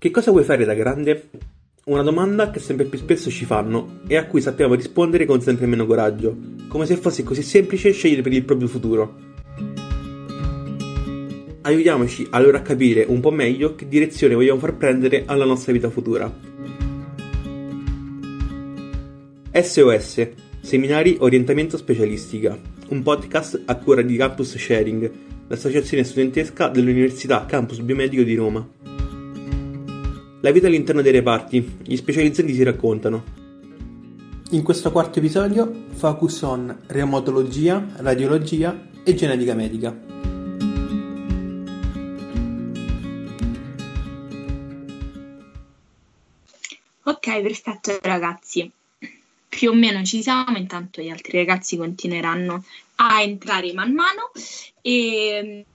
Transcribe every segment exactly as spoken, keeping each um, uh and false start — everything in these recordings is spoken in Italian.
Che cosa vuoi fare da grande? Una domanda che sempre più spesso ci fanno e a cui sappiamo rispondere con sempre meno coraggio, come se fosse così semplice scegliere per il proprio futuro. Aiutiamoci allora a capire un po' meglio che direzione vogliamo far prendere alla nostra vita futura. S O S, Seminari Orientamento Specialistica, un podcast a cura di Campus Sharing, l'associazione studentesca dell'Università Campus Biomedico di Roma. La vita all'interno dei reparti, gli specializzandi si raccontano. In questo quarto episodio, focus on reumatologia, radiologia e genetica medica. Ok, perfetto ragazzi. Più o meno ci siamo, intanto gli altri ragazzi continueranno a entrare man mano e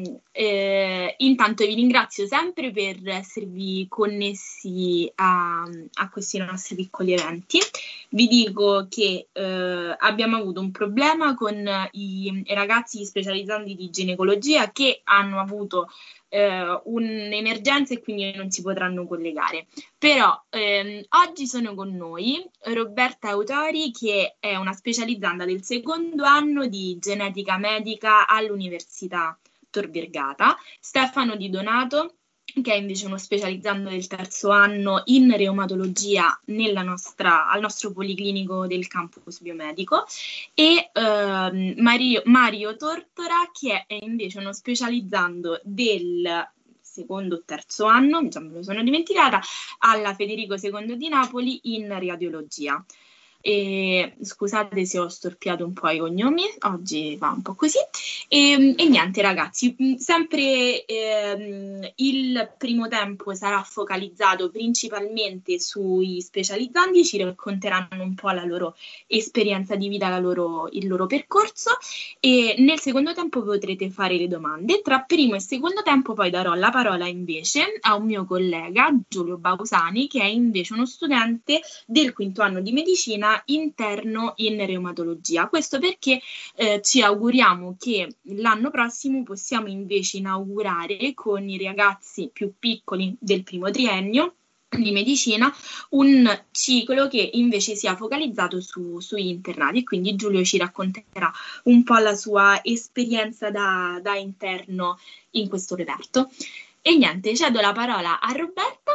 eh, intanto vi ringrazio sempre per esservi connessi a, a questi nostri piccoli eventi. Vi dico che eh, abbiamo avuto un problema con i, i ragazzi specializzandi di ginecologia che hanno avuto eh, un'emergenza e quindi non si potranno collegare. Però ehm, oggi sono con noi Roberta Autori, che è una specializzanda del secondo anno di genetica medica all'Università Tor Vergata, Stefano Di Donato, che è invece uno specializzando del terzo anno in reumatologia nella nostra, al nostro policlinico del campus biomedico, e ehm, Mario, Mario Tortora, che è invece uno specializzando del secondo o terzo anno, già me lo sono dimenticata, alla Federico secondo di Napoli in radiologia. E, scusate se ho storpiato un po' i cognomi, oggi va un po' così. E, e niente ragazzi, sempre ehm, il primo tempo sarà focalizzato principalmente sui specializzandi, ci racconteranno un po' la loro esperienza di vita, la loro, il loro percorso, e nel secondo tempo potrete fare le domande. Tra primo e secondo tempo poi darò la parola invece a un mio collega, Giulio Bausani, che è invece uno studente del quinto anno di medicina interno in reumatologia. Questo perché eh, ci auguriamo che l'anno prossimo possiamo invece inaugurare con i ragazzi più piccoli del primo triennio di medicina un ciclo che invece sia focalizzato su, sugli internati, e quindi Giulio ci racconterà un po' la sua esperienza da, da interno in questo reparto. E niente, cedo la parola a Roberta,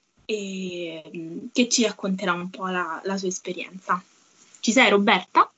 e che ci racconterà un po' la, la sua esperienza. Ci sei, Roberta?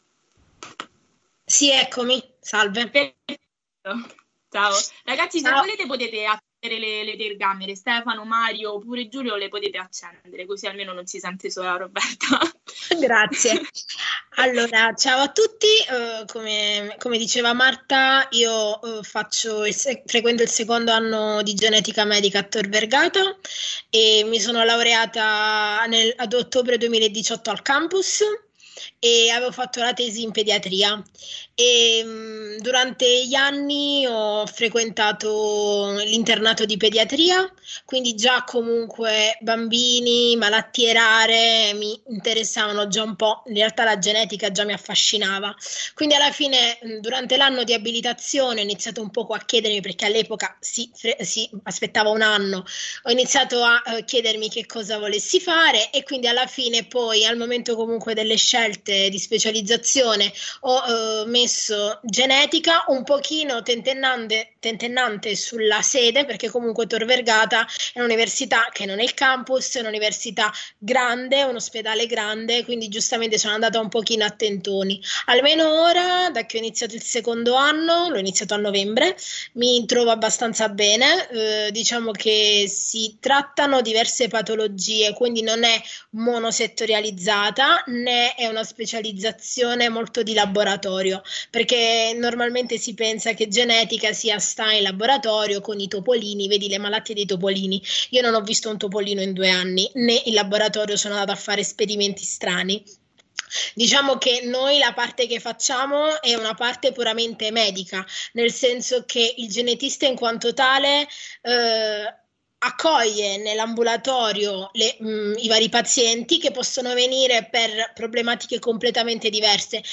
Sì, eccomi, salve. Perfetto. Ciao. Ragazzi, Ciao. se volete potete accendere le, le telecamere, Stefano, Mario oppure Giulio le potete accendere, così almeno non si sente sola Roberta. Grazie. Allora, ciao a tutti, uh, come, come diceva Marta, io uh, faccio il se- frequento il secondo anno di genetica medica a Tor Vergata e mi sono laureata nel, ad ottobre duemiladiciotto al campus e avevo fatto la tesi in pediatria e mh, durante gli anni ho frequentato l'internato di pediatria, quindi già comunque bambini, malattie rare mi interessavano già un po', in realtà la genetica già mi affascinava, quindi alla fine durante l'anno di abilitazione ho iniziato un poco a chiedermi, perché all'epoca si, si aspettava un anno, ho iniziato a uh, chiedermi che cosa volessi fare e quindi alla fine poi al momento comunque delle scelte di specializzazione ho uh, messo genetica un pochino tentennante, tentennante sulla sede, perché comunque Tor Vergata è un'università che non è il campus, è un'università grande, un ospedale grande, quindi giustamente sono andata un pochino a tentoni. Almeno ora, da che ho iniziato il secondo anno, l'ho iniziato a novembre, mi trovo abbastanza bene, eh, diciamo che si trattano diverse patologie, quindi non è monosettorializzata né è una specializzazione molto di laboratorio, perché normalmente si pensa che genetica sia sta in laboratorio con i topolini, vedi le malattie dei topolini. Io non ho visto un topolino in due anni, né in laboratorio sono andata a fare esperimenti strani. Diciamo che noi la parte che facciamo è una parte puramente medica, nel senso che il genetista in quanto tale eh, accoglie nell'ambulatorio le, mh, i vari pazienti che possono venire per problematiche completamente diverse.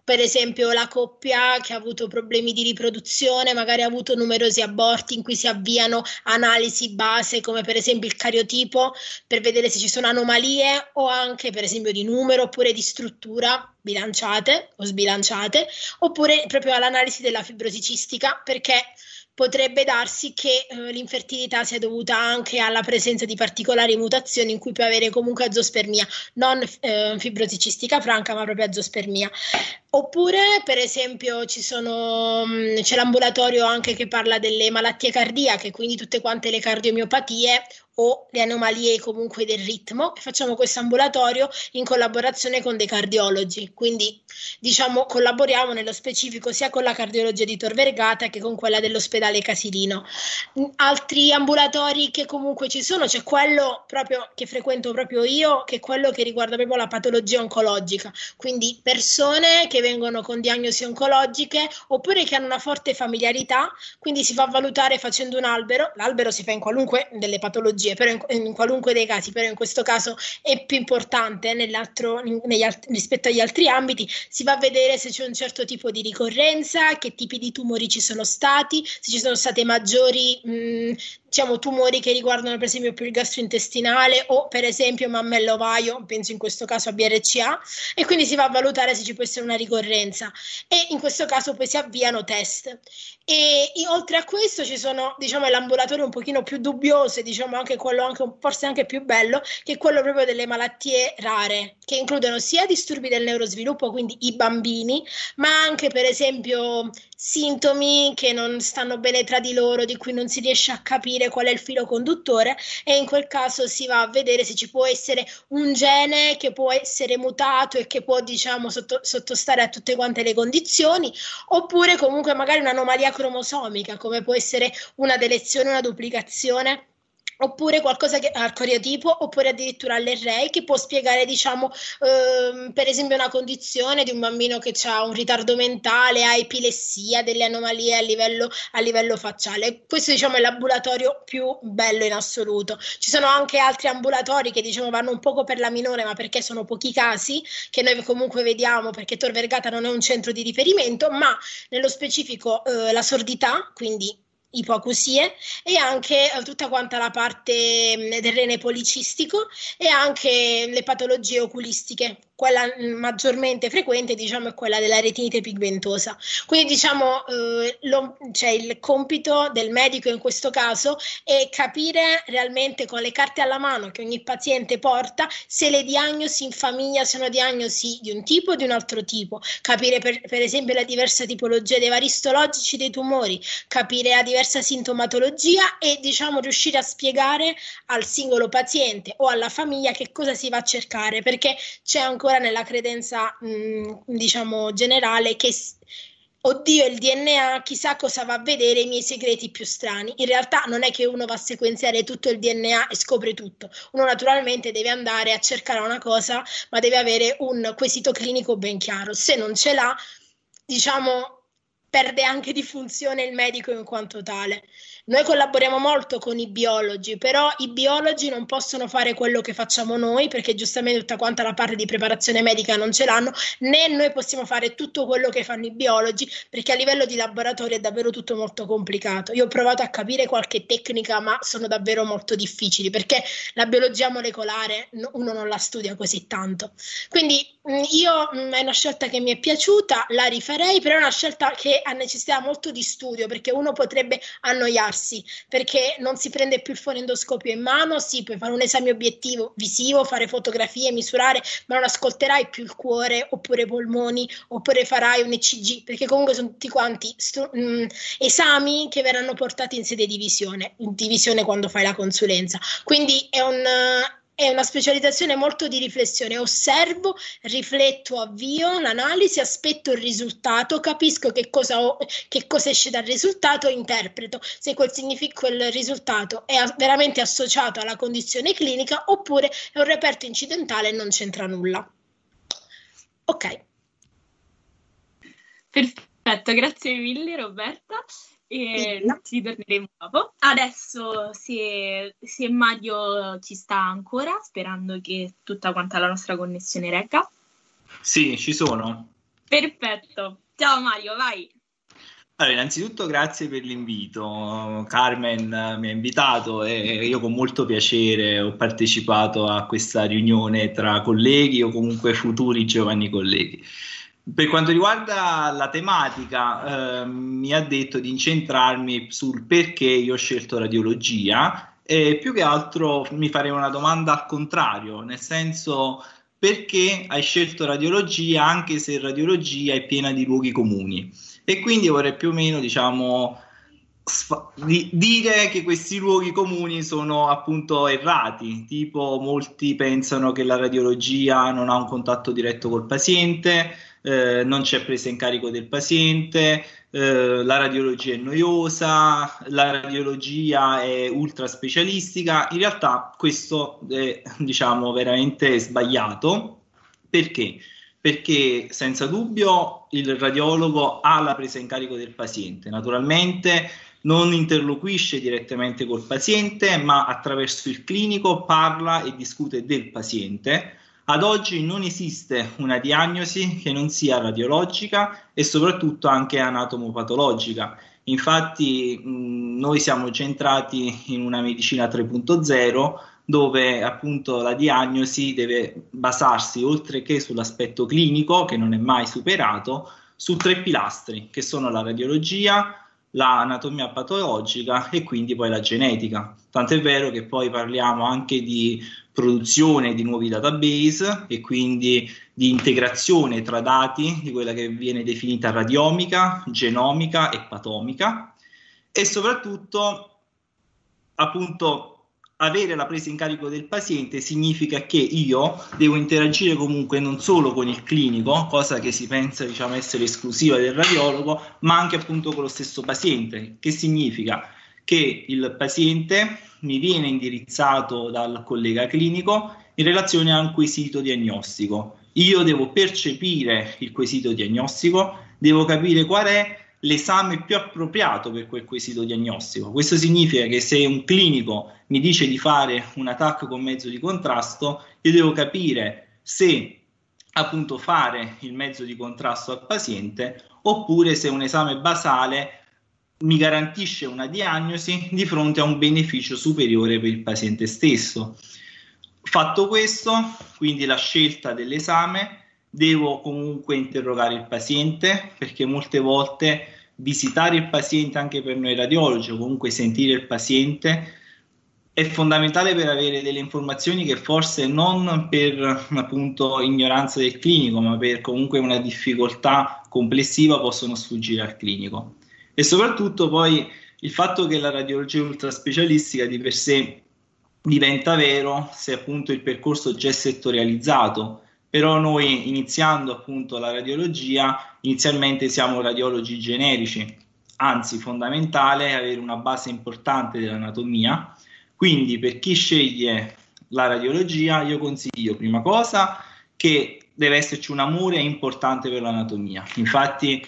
per esempio la coppia che ha avuto problemi di riproduzione, magari ha avuto numerosi aborti, in cui si avviano analisi base come per esempio il cariotipo per vedere se ci sono anomalie o anche per esempio di numero oppure di struttura bilanciate o sbilanciate, oppure proprio all'analisi della fibrosi cistica, perché potrebbe darsi che eh, l'infertilità sia dovuta anche alla presenza di particolari mutazioni in cui può avere comunque azoospermia, non eh, fibrosi cistica franca, ma proprio azoospermia. Oppure, per esempio, ci sono, mh, c'è l'ambulatorio anche che parla delle malattie cardiache, quindi tutte quante le cardiomiopatie o le anomalie comunque del ritmo, e facciamo questo ambulatorio in collaborazione con dei cardiologi, quindi diciamo collaboriamo nello specifico sia con la cardiologia di Tor Vergata che con quella dell'ospedale Casilino. Altri ambulatori che comunque ci sono, c'è quello proprio che frequento proprio io, che è quello che riguarda proprio la patologia oncologica, quindi persone che vengono con diagnosi oncologiche oppure che hanno una forte familiarità, quindi si fa valutare facendo un albero, l'albero si fa in qualunque delle patologie, però in, in qualunque dei casi, però in questo caso è più importante nell'altro, negli alt- rispetto agli altri ambiti, si va a vedere se c'è un certo tipo di ricorrenza, che tipi di tumori ci sono stati, se ci sono state maggiori mh, diciamo tumori che riguardano per esempio più il gastrointestinale o per esempio mammello ovaio, penso in questo caso a B R C A, e quindi si va a valutare se ci può essere una ricorrenza e in questo caso poi si avviano test. E oltre a questo ci sono, diciamo, l'ambulatorio un pochino più dubbioso, diciamo anche quello anche, forse anche più bello, che è quello proprio delle malattie rare, che includono sia disturbi del neurosviluppo, quindi i bambini, ma anche per esempio sintomi che non stanno bene tra di loro, di cui non si riesce a capire qual è il filo conduttore, e in quel caso si va a vedere se ci può essere un gene che può essere mutato e che può, diciamo, sotto, sottostare a tutte quante le condizioni, oppure comunque magari un'anomalia cromosomica, come può essere una delezione, una duplicazione, oppure qualcosa che al cariotipo, oppure addirittura all'array, che può spiegare, diciamo, ehm, per esempio una condizione di un bambino che ha un ritardo mentale, ha epilessia, delle anomalie a livello, a livello facciale. Questo, diciamo, è l'ambulatorio più bello in assoluto. Ci sono anche altri ambulatori che, diciamo, vanno un poco per la minore, ma perché sono pochi casi, che noi comunque vediamo, perché Tor Vergata non è un centro di riferimento, ma nello specifico eh, la sordità, quindi ipoacusie, e anche eh, tutta quanta la parte mh, del rene policistico e anche le patologie oculistiche. Quella mh, maggiormente frequente, diciamo, è quella della retinite pigmentosa. Quindi, diciamo, eh, lo, cioè, il compito del medico in questo caso è capire realmente con le carte alla mano che ogni paziente porta se le diagnosi in famiglia sono diagnosi di un tipo o di un altro tipo, capire per, per esempio la diversa tipologia dei vari istologici dei tumori, capire la diversa sintomatologia e, diciamo, riuscire a spiegare al singolo paziente o alla famiglia che cosa si va a cercare, perché c'è ancora nella credenza mh, diciamo generale che oddio, il D N A chissà cosa va a vedere, i miei segreti più strani. In realtà non è che uno va a sequenziare tutto il D N A e scopre tutto. Uno naturalmente deve andare a cercare una cosa, ma deve avere un quesito clinico ben chiaro. Se non ce l'ha, diciamo, perde anche di funzione il medico in quanto tale. Noi collaboriamo molto con i biologi, però i biologi non possono fare quello che facciamo noi, perché giustamente tutta quanta la parte di preparazione medica non ce l'hanno, né noi possiamo fare tutto quello che fanno i biologi, perché a livello di laboratorio è davvero tutto molto complicato. Io ho provato a capire qualche tecnica, ma sono davvero molto difficili, perché la biologia molecolare uno non la studia così tanto. Quindi io è una scelta che mi è piaciuta, la rifarei, però è una scelta che ha necessità molto di studio, perché uno potrebbe annoiarsi, perché non si prende più il fonendoscopio in mano, sì, puoi fare un esame obiettivo visivo, fare fotografie, misurare, ma non ascolterai più il cuore, oppure i polmoni, oppure farai un E C G, perché comunque sono tutti quanti stu- mh, esami che verranno portati in sede di visione, in divisione quando fai la consulenza. Quindi è un... È una specializzazione molto di riflessione. Osservo, rifletto, avvio l'analisi, aspetto il risultato, capisco che cosa, ho, che cosa esce dal risultato e interpreto se quel, signific- quel risultato è a- veramente associato alla condizione clinica oppure è un reperto incidentale e non c'entra nulla. Ok. Perfetto, grazie mille Roberta. E ci torneremo dopo. Adesso se, se Mario ci sta ancora, sperando che tutta quanta la nostra connessione regga. Sì, ci sono. Perfetto. Ciao Mario, vai. Allora, innanzitutto grazie per l'invito. Carmen mi ha invitato e io con molto piacere ho partecipato a questa riunione tra colleghi o comunque futuri giovani colleghi. Per quanto riguarda la tematica, eh, mi ha detto di incentrarmi sul perché io ho scelto radiologia e più che altro mi farei una domanda al contrario, nel senso perché hai scelto radiologia anche se radiologia è piena di luoghi comuni. E quindi vorrei più o meno, diciamo, sfa- di- dire che questi luoghi comuni sono appunto errati, tipo molti pensano che la radiologia non ha un contatto diretto col paziente, eh, non c'è presa in carico del paziente, eh, la radiologia è noiosa, la radiologia è ultra specialistica. In realtà questo è, diciamo, veramente sbagliato. Perché? Perché senza dubbio il radiologo ha la presa in carico del paziente, naturalmente non interloquisce direttamente col paziente, ma attraverso il clinico parla e discute del paziente. Ad oggi non esiste una diagnosi che non sia radiologica e soprattutto anche anatomopatologica. Infatti mh, noi siamo centrati in una medicina tre punto zero dove appunto la diagnosi deve basarsi, oltre che sull'aspetto clinico, che non è mai superato, su tre pilastri, che sono la radiologia, l'anatomia patologica e quindi poi la genetica. Tant'è vero che poi parliamo anche di produzione di nuovi database e quindi di integrazione tra dati di quella che viene definita radiomica, genomica e patomica, e soprattutto appunto avere la presa in carico del paziente significa che io devo interagire comunque non solo con il clinico, cosa che si pensa, diciamo, essere esclusiva del radiologo, ma anche appunto con lo stesso paziente, che significa che il paziente mi viene indirizzato dal collega clinico in relazione a un quesito diagnostico. Io devo percepire il quesito diagnostico, devo capire qual è l'esame più appropriato per quel quesito diagnostico. Questo significa che se un clinico mi dice di fare un A T A C con mezzo di contrasto, io devo capire se appunto fare il mezzo di contrasto al paziente oppure se un esame basale mi garantisce una diagnosi di fronte a un beneficio superiore per il paziente stesso. Fatto questo, quindi la scelta dell'esame, devo comunque interrogare il paziente, perché molte volte visitare il paziente anche per noi radiologi o comunque sentire il paziente è fondamentale per avere delle informazioni che forse non per appunto ignoranza del clinico, ma per comunque una difficoltà complessiva possono sfuggire al clinico. E soprattutto poi il fatto che la radiologia ultraspecialistica di per sé diventa vero se appunto il percorso già è settorializzato. Però noi, iniziando appunto la radiologia, inizialmente siamo radiologi generici, anzi fondamentale avere una base importante dell'anatomia. Quindi per chi sceglie la radiologia io consiglio, prima cosa, che deve esserci un amore importante per l'anatomia. Infatti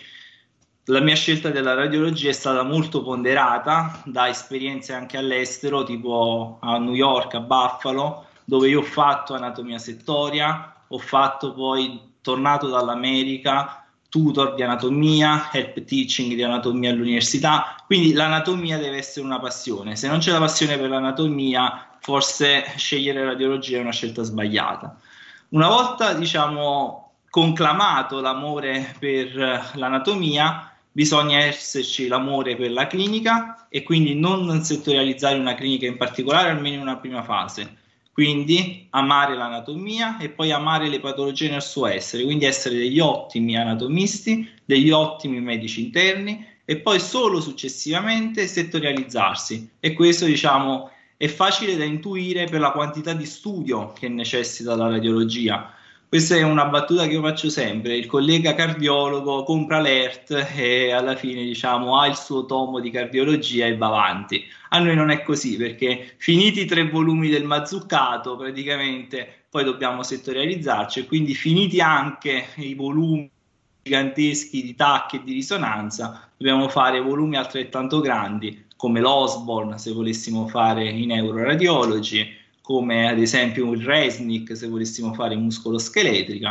la mia scelta della radiologia è stata molto ponderata da esperienze anche all'estero, tipo a New York, a Buffalo, dove io ho fatto anatomia settoria, ho fatto poi, tornato dall'America, tutor di anatomia, help teaching di anatomia all'università, quindi l'anatomia deve essere una passione. Se non c'è la passione per l'anatomia, forse scegliere radiologia è una scelta sbagliata. Una volta, diciamo, conclamato l'amore per l'anatomia, bisogna esserci l'amore per la clinica e quindi non settorializzare una clinica in particolare, almeno in una prima fase. Quindi amare l'anatomia e poi amare le patologie nel suo essere, quindi essere degli ottimi anatomisti, degli ottimi medici interni e poi solo successivamente settorializzarsi. E questo, diciamo, è facile da intuire per la quantità di studio che necessita la radiologia. Questa è una battuta che io faccio sempre: il collega cardiologo compra l'E R T e alla fine, diciamo, ha il suo tomo di cardiologia e va avanti. A noi non è così, perché finiti i tre volumi del Mazzucato, praticamente poi dobbiamo settorializzarci e quindi finiti anche i volumi giganteschi di T A C e di risonanza, dobbiamo fare volumi altrettanto grandi come l'Osborne se volessimo fare i neuroradiologi, come ad esempio il Resnick se volessimo fare muscoloscheletrica,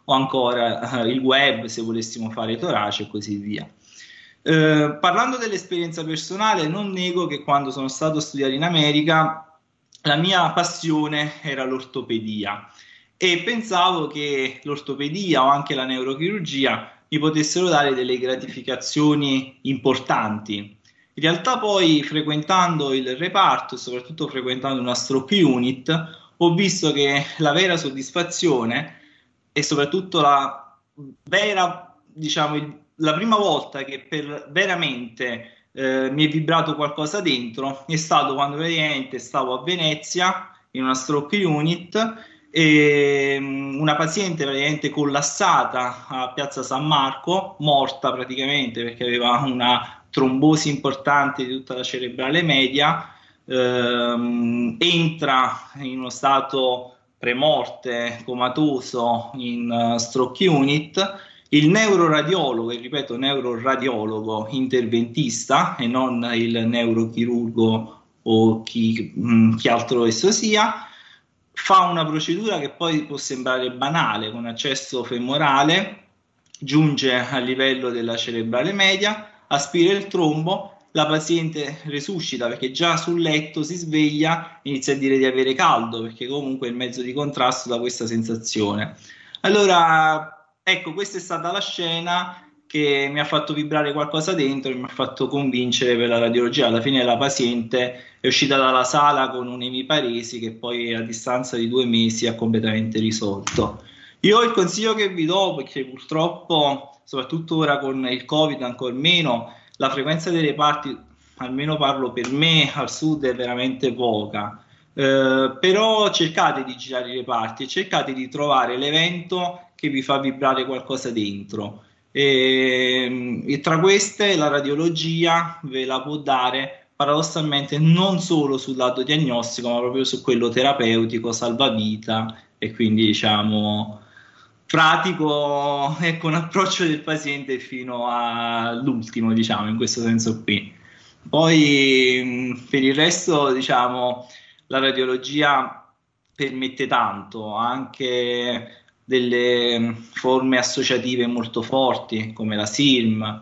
o ancora eh, il web se volessimo fare torace e così via. Eh, parlando dell'esperienza personale, non nego che quando sono stato a studiare in America la mia passione era l'ortopedia e pensavo che l'ortopedia o anche la neurochirurgia mi potessero dare delle gratificazioni importanti. In realtà poi, frequentando il reparto e soprattutto frequentando una stroke unit, ho visto che la vera soddisfazione e soprattutto la vera, diciamo, il, la prima volta che per veramente eh, mi è vibrato qualcosa dentro è stato quando praticamente stavo a Venezia in una stroke unit e um, una paziente praticamente collassata a Piazza San Marco, morta praticamente perché aveva una trombosi importante di tutta la cerebrale media, ehm, entra in uno stato premorte, comatoso in uh, stroke unit. Il neuroradiologo, e ripeto neuroradiologo interventista e non il neurochirurgo o chi, mh, chi altro esso sia, fa una procedura che poi può sembrare banale, con accesso femorale, giunge a livello della cerebrale media, aspira il trombo, la paziente resuscita perché già sul letto si sveglia, inizia a dire di avere caldo perché comunque è il mezzo di contrasto da questa sensazione. Allora, ecco, questa è stata la scena che mi ha fatto vibrare qualcosa dentro e mi ha fatto convincere per la radiologia. Alla fine la paziente è uscita dalla sala con un'emiparesi che poi a distanza di due mesi ha completamente risolto. Io il consiglio che vi do, perché purtroppo, soprattutto ora con il Covid ancora meno, la frequenza dei reparti, almeno parlo per me, al sud è veramente poca. Eh, però cercate di girare i reparti e cercate di trovare l'evento che vi fa vibrare qualcosa dentro. E, e tra queste la radiologia ve la può dare paradossalmente non solo sul lato diagnostico, ma proprio su quello terapeutico, salvavita e quindi diciamo pratico e con approccio del paziente fino all'ultimo, diciamo, in questo senso qui. Poi per il resto, diciamo, la radiologia permette tanto, anche delle forme associative molto forti come la S I R M,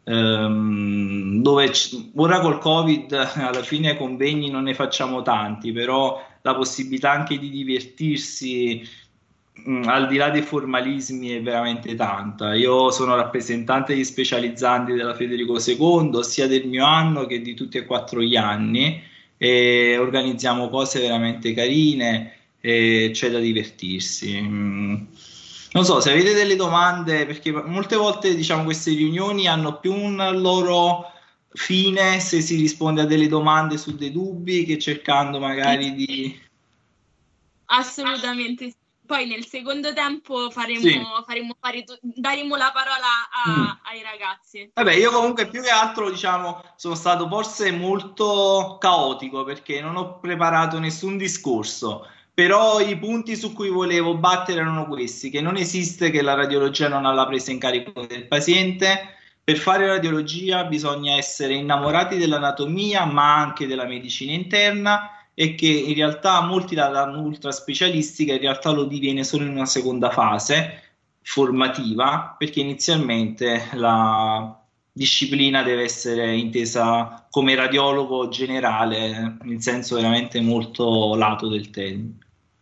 ehm, dove c- ora col Covid alla fine convegni non ne facciamo tanti, però la possibilità anche di divertirsi mh, al di là dei formalismi è veramente tanta. Io sono rappresentante degli specializzanti della Federico secondo, sia del mio anno che di tutti e quattro gli anni, e organizziamo cose veramente carine e c'è da divertirsi. Non so se avete delle domande, perché molte volte diciamo queste riunioni hanno più un loro fine se si risponde a delle domande su dei dubbi che cercando magari di... Assolutamente sì. Poi nel secondo tempo faremo, Sì. faremo fare to- daremo la parola a- Mm. ai ragazzi. Vabbè, io comunque più che altro, diciamo, sono stato forse molto caotico perché non ho preparato nessun discorso, però i punti su cui volevo battere erano questi, che non esiste che la radiologia non ha la presa in carico del paziente. Per fare radiologia bisogna essere innamorati dell'anatomia, ma anche della medicina interna, e che in realtà molti la danno ultra specialistica, in realtà lo diviene solo in una seconda fase formativa, perché inizialmente la disciplina deve essere intesa come radiologo generale in senso veramente molto lato del termine.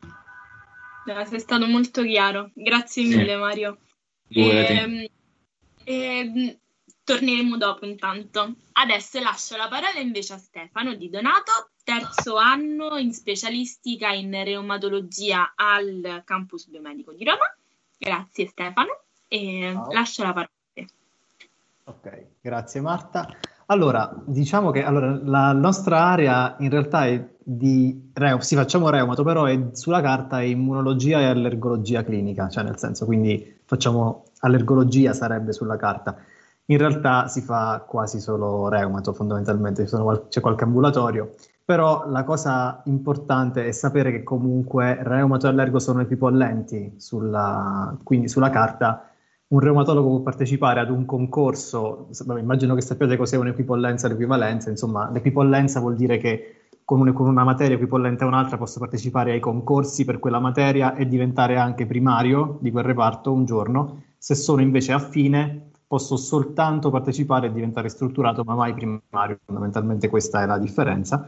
Eh, Sei stato molto chiaro, grazie Sì. mille Mario. Figurati. Ehm, ehm, torneremo dopo intanto. Adesso lascio la parola invece a Stefano Di Donato, terzo anno in specialistica in reumatologia al campus biomedico di Roma. Grazie Stefano e Ciao. lascio la parola a te. Ok, grazie Marta. Allora, diciamo che allora, la nostra area in realtà è di reu- sì, facciamo reumato, però è sulla carta è immunologia e allergologia clinica, cioè nel senso, quindi facciamo allergologia sarebbe sulla carta. In realtà si fa quasi solo reumato, fondamentalmente, ci sono qual- c'è qualche ambulatorio, però la cosa importante è sapere che comunque reumato e allergo sono equipollenti, sulla, quindi sulla carta un reumatologo può partecipare ad un concorso, immagino che sappiate cos'è un'equipollenza e l'equivalenza, insomma l'equipollenza vuol dire che con, un, con una materia equipollente a un'altra posso partecipare ai concorsi per quella materia e diventare anche primario di quel reparto un giorno. Se sono invece affine posso soltanto partecipare e diventare strutturato, ma mai primario. Fondamentalmente questa è la differenza.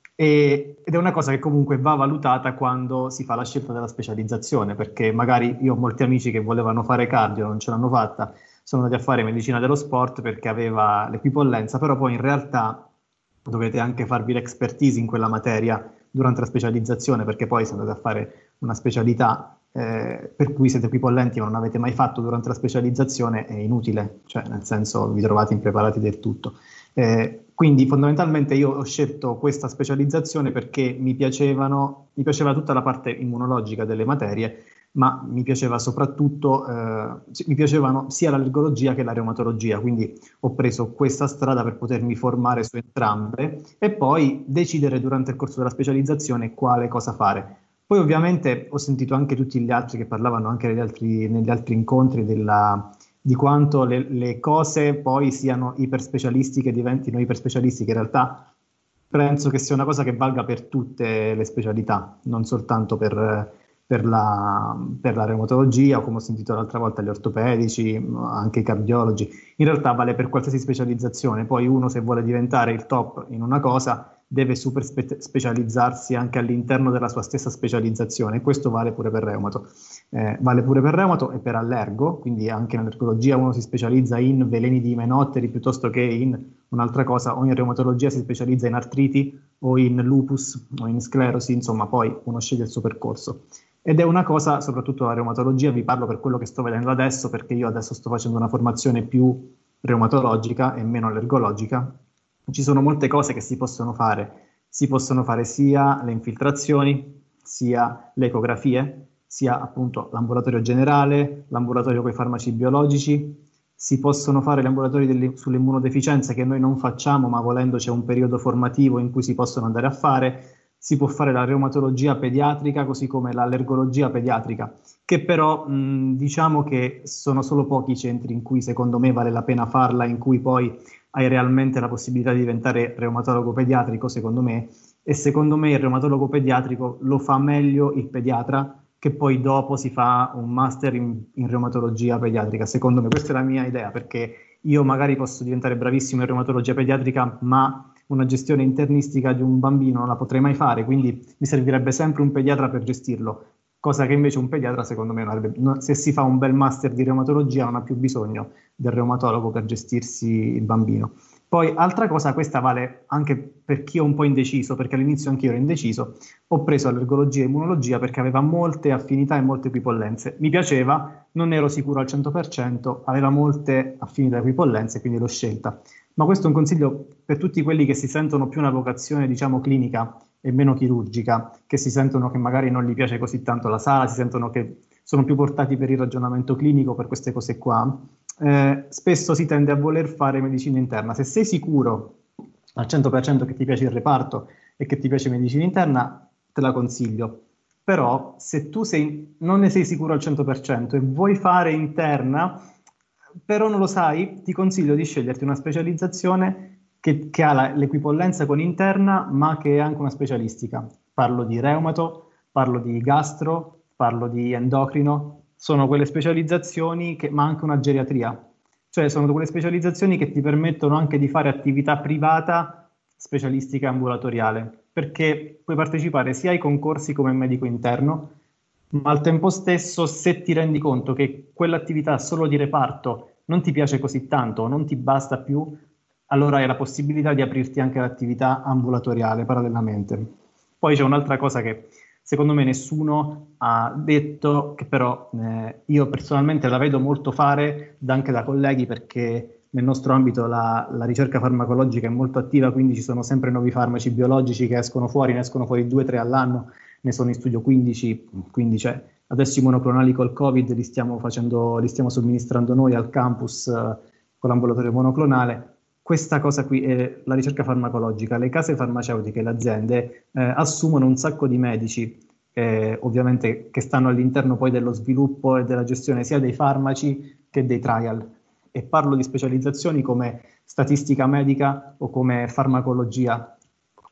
E, ed è una cosa che comunque va valutata quando si fa la scelta della specializzazione, perché magari io ho molti amici che volevano fare cardio, non ce l'hanno fatta, sono andati a fare medicina dello sport perché aveva l'equipollenza, però poi in realtà dovete anche farvi l'expertise in quella materia durante la specializzazione, perché poi se andate a fare una specialità eh, per cui siete equipollenti ma non avete mai fatto durante la specializzazione, è inutile, cioè nel senso vi trovate impreparati del tutto. Eh, quindi fondamentalmente io ho scelto questa specializzazione perché mi piacevano, mi piaceva tutta la parte immunologica delle materie, ma mi piaceva soprattutto, eh, mi piacevano sia l'allergologia che la reumatologia, quindi ho preso questa strada per potermi formare su entrambe e poi decidere durante il corso della specializzazione quale cosa fare. Poi ovviamente ho sentito anche tutti gli altri che parlavano anche negli altri, negli altri incontri della, di quanto le, le cose poi siano iperspecialistiche, diventino iperspecialistiche. In realtà penso che sia una cosa che valga per tutte le specialità, non soltanto per, per, la, per la reumatologia o, come ho sentito l'altra volta, gli ortopedici, anche i cardiologi. In realtà vale per qualsiasi specializzazione. Poi uno, se vuole diventare il top in una cosa, deve super spe- specializzarsi anche all'interno della sua stessa specializzazione, e questo vale pure per reumato. Eh, vale pure per reumato e per allergo, quindi anche in allergologia uno si specializza in veleni di imenotteri piuttosto che in un'altra cosa, o in reumatologia si specializza in artriti o in lupus o in sclerosi, insomma poi uno sceglie il suo percorso. Ed è una cosa, soprattutto la reumatologia, vi parlo per quello che sto vedendo adesso, perché io adesso sto facendo una formazione più reumatologica e meno allergologica. Ci sono molte cose che si possono fare, si possono fare sia le infiltrazioni, sia le ecografie, sia appunto l'ambulatorio generale, l'ambulatorio con i farmaci biologici, si possono fare gli ambulatori delle, sulle immunodeficienze che noi non facciamo, ma volendo c'è un periodo formativo in cui si possono andare a fare, si può fare la reumatologia pediatrica così come l'allergologia pediatrica, che però mh, diciamo che sono solo pochi i centri in cui secondo me vale la pena farla, in cui poi hai realmente la possibilità di diventare reumatologo pediatrico, secondo me, e secondo me il reumatologo pediatrico lo fa meglio il pediatra, che poi dopo si fa un master in, in reumatologia pediatrica. Secondo me questa è la mia idea, perché io magari posso diventare bravissimo in reumatologia pediatrica, ma una gestione internistica di un bambino non la potrei mai fare, quindi mi servirebbe sempre un pediatra per gestirlo, cosa che invece un pediatra secondo me non avrebbe, no, se si fa un bel master di reumatologia non ha più bisogno del reumatologo per gestirsi il bambino. Poi altra cosa, questa vale anche per chi è un po' indeciso, perché all'inizio anch'io ero indeciso, ho preso allergologia e immunologia perché aveva molte affinità e molte equipollenze, mi piaceva, non ero sicuro al cento per cento, aveva molte affinità e equipollenze, quindi l'ho scelta. Ma questo è un consiglio per tutti quelli che si sentono più una vocazione, diciamo, clinica e meno chirurgica, che si sentono che magari non gli piace così tanto la sala, si sentono che sono più portati per il ragionamento clinico, per queste cose qua. Eh, spesso si tende a voler fare medicina interna. Se sei sicuro al cento per cento che ti piace il reparto e che ti piace medicina interna, te la consiglio. Però se tu sei, non ne sei sicuro al cento per cento e vuoi fare interna, però non lo sai, ti consiglio di sceglierti una specializzazione che, che ha la, l'equipollenza con interna, ma che è anche una specialistica. Parlo di reumato, parlo di gastro, parlo di endocrino. Sono quelle specializzazioni che, ma anche una geriatria, cioè sono quelle specializzazioni che ti permettono anche di fare attività privata specialistica ambulatoriale, perché puoi partecipare sia ai concorsi come medico interno, ma al tempo stesso, se ti rendi conto che quell'attività solo di reparto non ti piace così tanto, non ti basta più, allora hai la possibilità di aprirti anche l'attività ambulatoriale parallelamente. Poi c'è un'altra cosa che secondo me nessuno ha detto, che però eh, io personalmente la vedo molto fare anche da colleghi, perché nel nostro ambito la, la ricerca farmacologica è molto attiva, quindi ci sono sempre nuovi farmaci biologici che escono fuori, ne escono fuori due o tre all'anno, ne sono in studio quindici, quindi c'è. Adesso i monoclonali col Covid li stiamo facendo, li stiamo somministrando noi al campus eh, con l'ambulatorio monoclonale. Questa cosa qui è la ricerca farmacologica. Le case farmaceutiche e le aziende eh, assumono un sacco di medici, eh, ovviamente che stanno all'interno poi dello sviluppo e della gestione sia dei farmaci che dei trial. E parlo di specializzazioni come statistica medica o come farmacologia,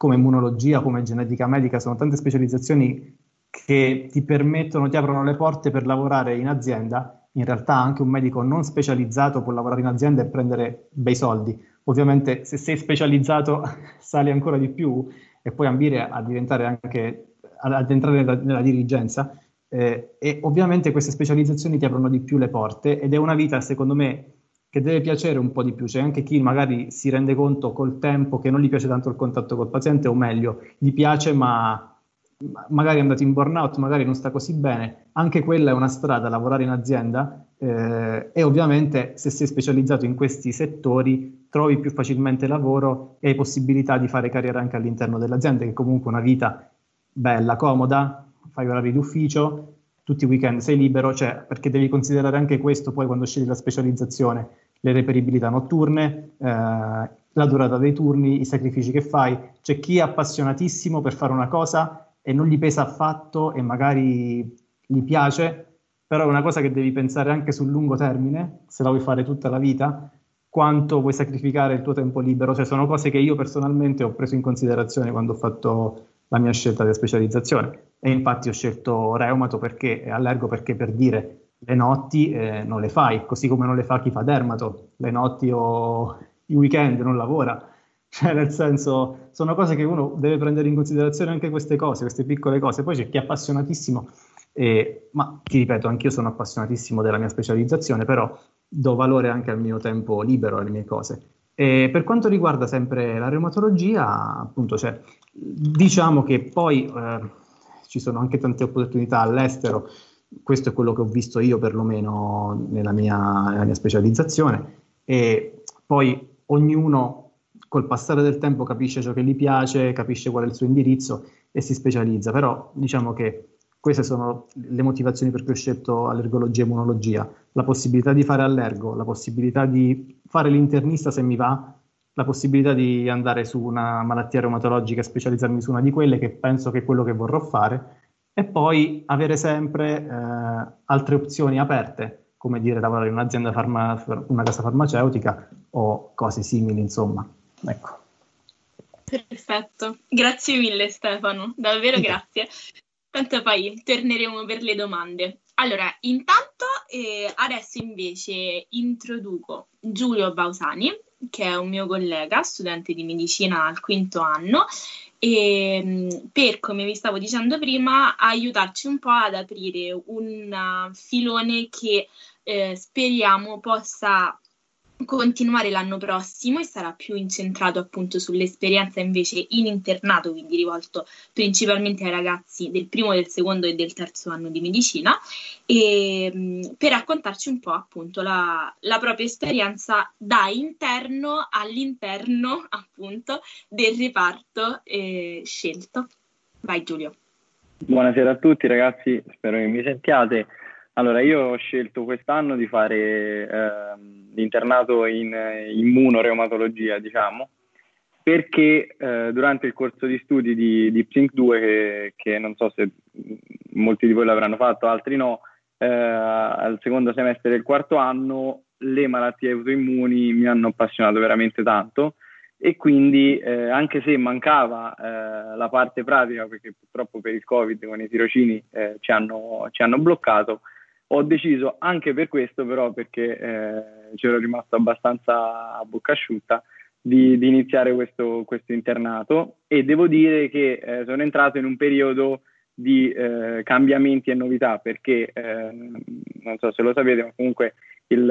come immunologia, come genetica medica, sono tante specializzazioni che ti permettono, ti aprono le porte per lavorare in azienda. In realtà anche un medico non specializzato può lavorare in azienda e prendere bei soldi. Ovviamente se sei specializzato sali ancora di più e puoi ambire a diventare anche, ad entrare nella, nella dirigenza, eh, e ovviamente queste specializzazioni ti aprono di più le porte ed è una vita, secondo me, che deve piacere un po' di più. C'è anche chi magari si rende conto col tempo che non gli piace tanto il contatto col paziente, o meglio, gli piace ma magari è andato in burnout, magari non sta così bene. Anche quella è una strada, lavorare in azienda, eh, e ovviamente se sei specializzato in questi settori trovi più facilmente lavoro e hai possibilità di fare carriera anche all'interno dell'azienda, che è comunque una vita bella, comoda, fai orari d'ufficio, tutti i weekend sei libero, cioè, perché devi considerare anche questo poi quando scegli la specializzazione, le reperibilità notturne, eh, la durata dei turni, i sacrifici che fai. C'è chi è appassionatissimo per fare una cosa e non gli pesa affatto e magari gli piace, però è una cosa che devi pensare anche sul lungo termine, se la vuoi fare tutta la vita, quanto vuoi sacrificare il tuo tempo libero. Cioè, sono cose che io personalmente ho preso in considerazione quando ho fatto la mia scelta della specializzazione, e infatti ho scelto reumato perché, e allergo perché, per dire, le notti eh, non le fai, così come non le fa chi fa dermato, le notti o i weekend non lavora. Cioè, nel senso, sono cose che uno deve prendere in considerazione, anche queste cose, queste piccole cose. Poi c'è chi è appassionatissimo, eh, ma ti ripeto, anch'io sono appassionatissimo della mia specializzazione, però do valore anche al mio tempo libero, alle mie cose. E per quanto riguarda sempre la reumatologia, appunto, cioè, diciamo che poi eh, ci sono anche tante opportunità all'estero. Questo è quello che ho visto io, perlomeno nella mia, nella mia specializzazione, e poi ognuno col passare del tempo capisce ciò che gli piace, capisce qual è il suo indirizzo e si specializza. Però diciamo che queste sono le motivazioni per cui ho scelto allergologia e immunologia: la possibilità di fare allergo, la possibilità di fare l'internista se mi va, la possibilità di andare su una malattia reumatologica e specializzarmi su una di quelle, che penso che è quello che vorrò fare, e poi avere sempre eh, altre opzioni aperte, come dire, lavorare in un'azienda farma- una casa farmaceutica o cose simili, insomma. Ecco. Perfetto, grazie mille Stefano, davvero grazie. Tanto poi torneremo per le domande. Allora, intanto eh, adesso invece introduco Giulio Bausani, che è un mio collega, studente di medicina al quinto anno, e per, come vi stavo dicendo prima, aiutarci un po' ad aprire un uh, filone che eh, speriamo possa continuare l'anno prossimo e sarà più incentrato appunto sull'esperienza invece in internato, quindi rivolto principalmente ai ragazzi del primo, del secondo e del terzo anno di medicina, e mh, per raccontarci un po' appunto la, la propria esperienza da interno all'interno appunto del reparto eh, scelto. Vai Giulio. Buonasera a tutti ragazzi, spero che mi sentiate. Allora, io ho scelto quest'anno di fare eh, l'internato in eh, immunoreumatologia, diciamo, perché eh, durante il corso di studi di, di P S I N C due, che, che non so se molti di voi l'avranno fatto, altri no, eh, al secondo semestre del quarto anno, le malattie autoimmuni mi hanno appassionato veramente tanto, e quindi eh, anche se mancava eh, la parte pratica, perché purtroppo per il Covid con i tirocini eh, ci hanno, ci hanno bloccato, ho deciso anche per questo, però, perché eh, c'ero rimasto abbastanza a bocca asciutta, di, di iniziare questo, questo internato, e devo dire che eh, sono entrato in un periodo di eh, cambiamenti e novità, perché eh, non so se lo sapete, ma comunque il,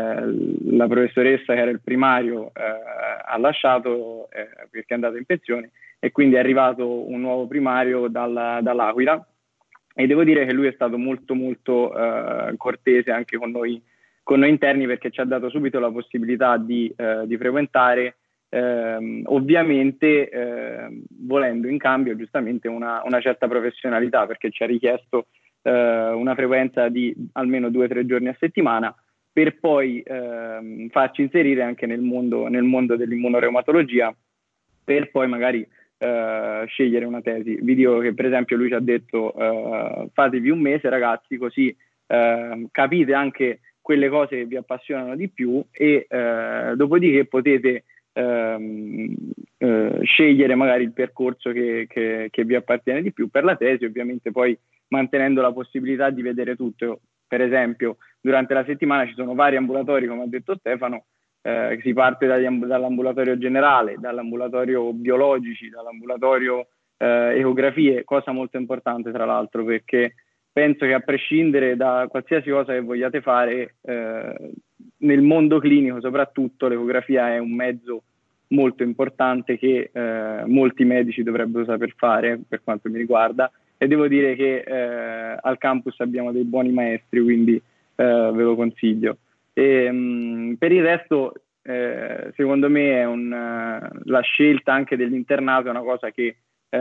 la professoressa, che era il primario, eh, ha lasciato eh, perché è andata in pensione, e quindi è arrivato un nuovo primario dalla, dall'Aquila. E devo dire che lui è stato molto molto eh, cortese anche con noi, con noi interni, perché ci ha dato subito la possibilità di, eh, di frequentare, eh, ovviamente eh, volendo in cambio giustamente una, una certa professionalità, perché ci ha richiesto eh, una frequenza di almeno due o tre giorni a settimana, per poi eh, farci inserire anche nel mondo, nel mondo dell'immunoreumatologia, per poi magari Uh, scegliere una tesi. Vi dico che per esempio lui ci ha detto uh, fatevi un mese ragazzi, così uh, capite anche quelle cose che vi appassionano di più, e uh, dopodiché potete uh, eh, scegliere magari il percorso che, che, che vi appartiene di più. Per la tesi ovviamente poi mantenendo la possibilità di vedere tutto. Per esempio durante la settimana ci sono vari ambulatori, come ha detto Stefano, eh, si parte dagli, dall'ambulatorio generale, dall'ambulatorio biologici, dall'ambulatorio eh, ecografie, cosa molto importante tra l'altro, perché penso che a prescindere da qualsiasi cosa che vogliate fare, eh, nel mondo clinico soprattutto l'ecografia è un mezzo molto importante che eh, molti medici dovrebbero saper fare, per quanto mi riguarda, e devo dire che eh, al campus abbiamo dei buoni maestri, quindi eh, ve lo consiglio. E, mh, per il resto eh, secondo me è un, uh, la scelta anche dell'internato è una cosa che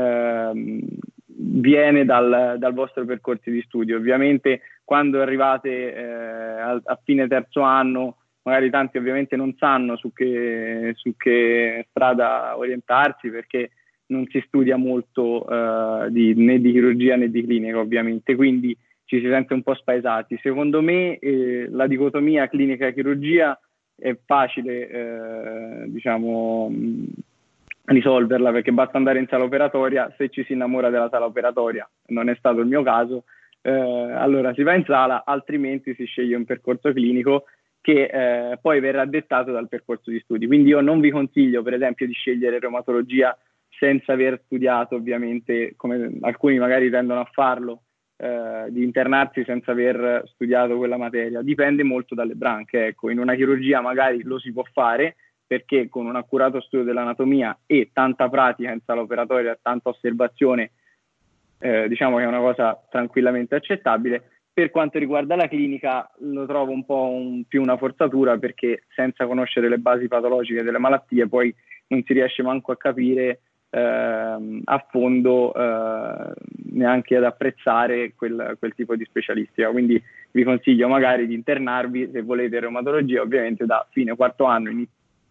uh, viene dal, dal vostro percorso di studio. Ovviamente quando arrivate eh, a, a fine terzo anno magari tanti ovviamente non sanno su che, su che strada orientarsi, perché non si studia molto uh, di, né di chirurgia né di clinica ovviamente, quindi ci si sente un po' spaesati. Secondo me eh, la dicotomia clinica-chirurgia è facile eh, diciamo mh, risolverla, perché basta andare in sala operatoria. Se ci si innamora della sala operatoria, non è stato il mio caso, eh, allora si va in sala, altrimenti si sceglie un percorso clinico che eh, poi verrà dettato dal percorso di studi. Quindi io non vi consiglio per esempio di scegliere reumatologia senza aver studiato, ovviamente, come alcuni magari tendono a farlo, eh, di internarsi senza aver studiato quella materia. Dipende molto dalle branche, ecco. In una chirurgia magari lo si può fare, perché con un accurato studio dell'anatomia e tanta pratica in sala operatoria, tanta osservazione, eh, diciamo che è una cosa tranquillamente accettabile. Per quanto riguarda la clinica lo trovo un po' un, più una forzatura, perché senza conoscere le basi patologiche delle malattie poi non si riesce manco a capire eh, a fondo, eh, neanche ad apprezzare quel, quel tipo di specialistica. Quindi vi consiglio magari di internarvi, se volete, reumatologia, ovviamente da fine quarto anno.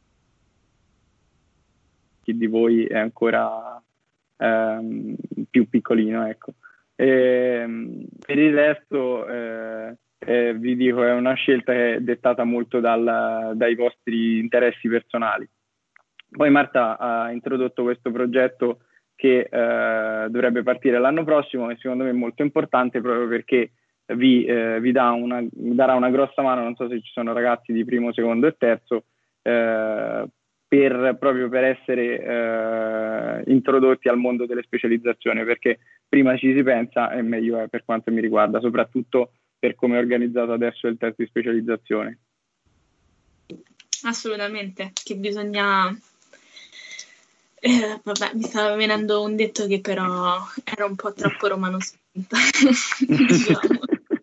Chi di voi è ancora ehm, più piccolino, ecco. E, per il resto eh, eh, vi dico, è una scelta che è dettata molto dal, dai vostri interessi personali. Poi Marta ha introdotto questo progetto che eh, dovrebbe partire l'anno prossimo, e secondo me è molto importante, proprio perché vi, eh, vi dà una, darà una grossa mano, non so se ci sono ragazzi di primo, secondo e terzo, eh, per, proprio per essere eh, introdotti al mondo delle specializzazioni, perché prima ci si pensa e meglio è, per quanto mi riguarda, soprattutto per come è organizzato adesso il test di specializzazione. Assolutamente, che bisogna... Eh, vabbè, mi stava venendo un detto che però era un po' troppo romano spinto, diciamo.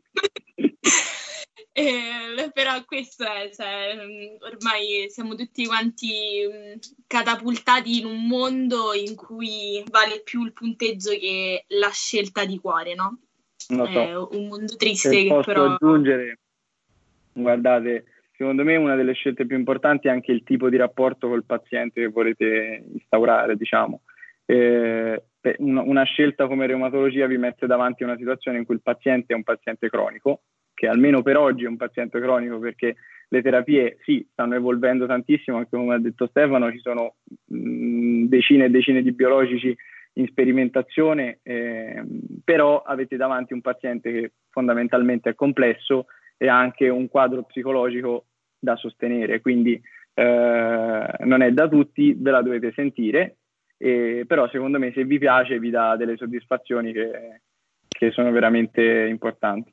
Eh, però questo è, cioè, ormai siamo tutti quanti catapultati in un mondo in cui vale più il punteggio che la scelta di cuore, no? Non so. È un mondo triste Se che posso però... aggiungere, guardate, secondo me una delle scelte più importanti è anche il tipo di rapporto col paziente che volete instaurare, diciamo. Eh, una, una scelta come reumatologia vi mette davanti a una situazione in cui il paziente è un paziente cronico, che almeno per oggi è un paziente cronico, perché le terapie sì, stanno evolvendo tantissimo, anche come ha detto Stefano, ci sono mh, decine e decine di biologici in sperimentazione, eh, però avete davanti un paziente che fondamentalmente è complesso e ha anche un quadro psicologico da sostenere, quindi eh, non è da tutti, ve la dovete sentire, eh, però secondo me se vi piace vi dà delle soddisfazioni che, che sono veramente importanti.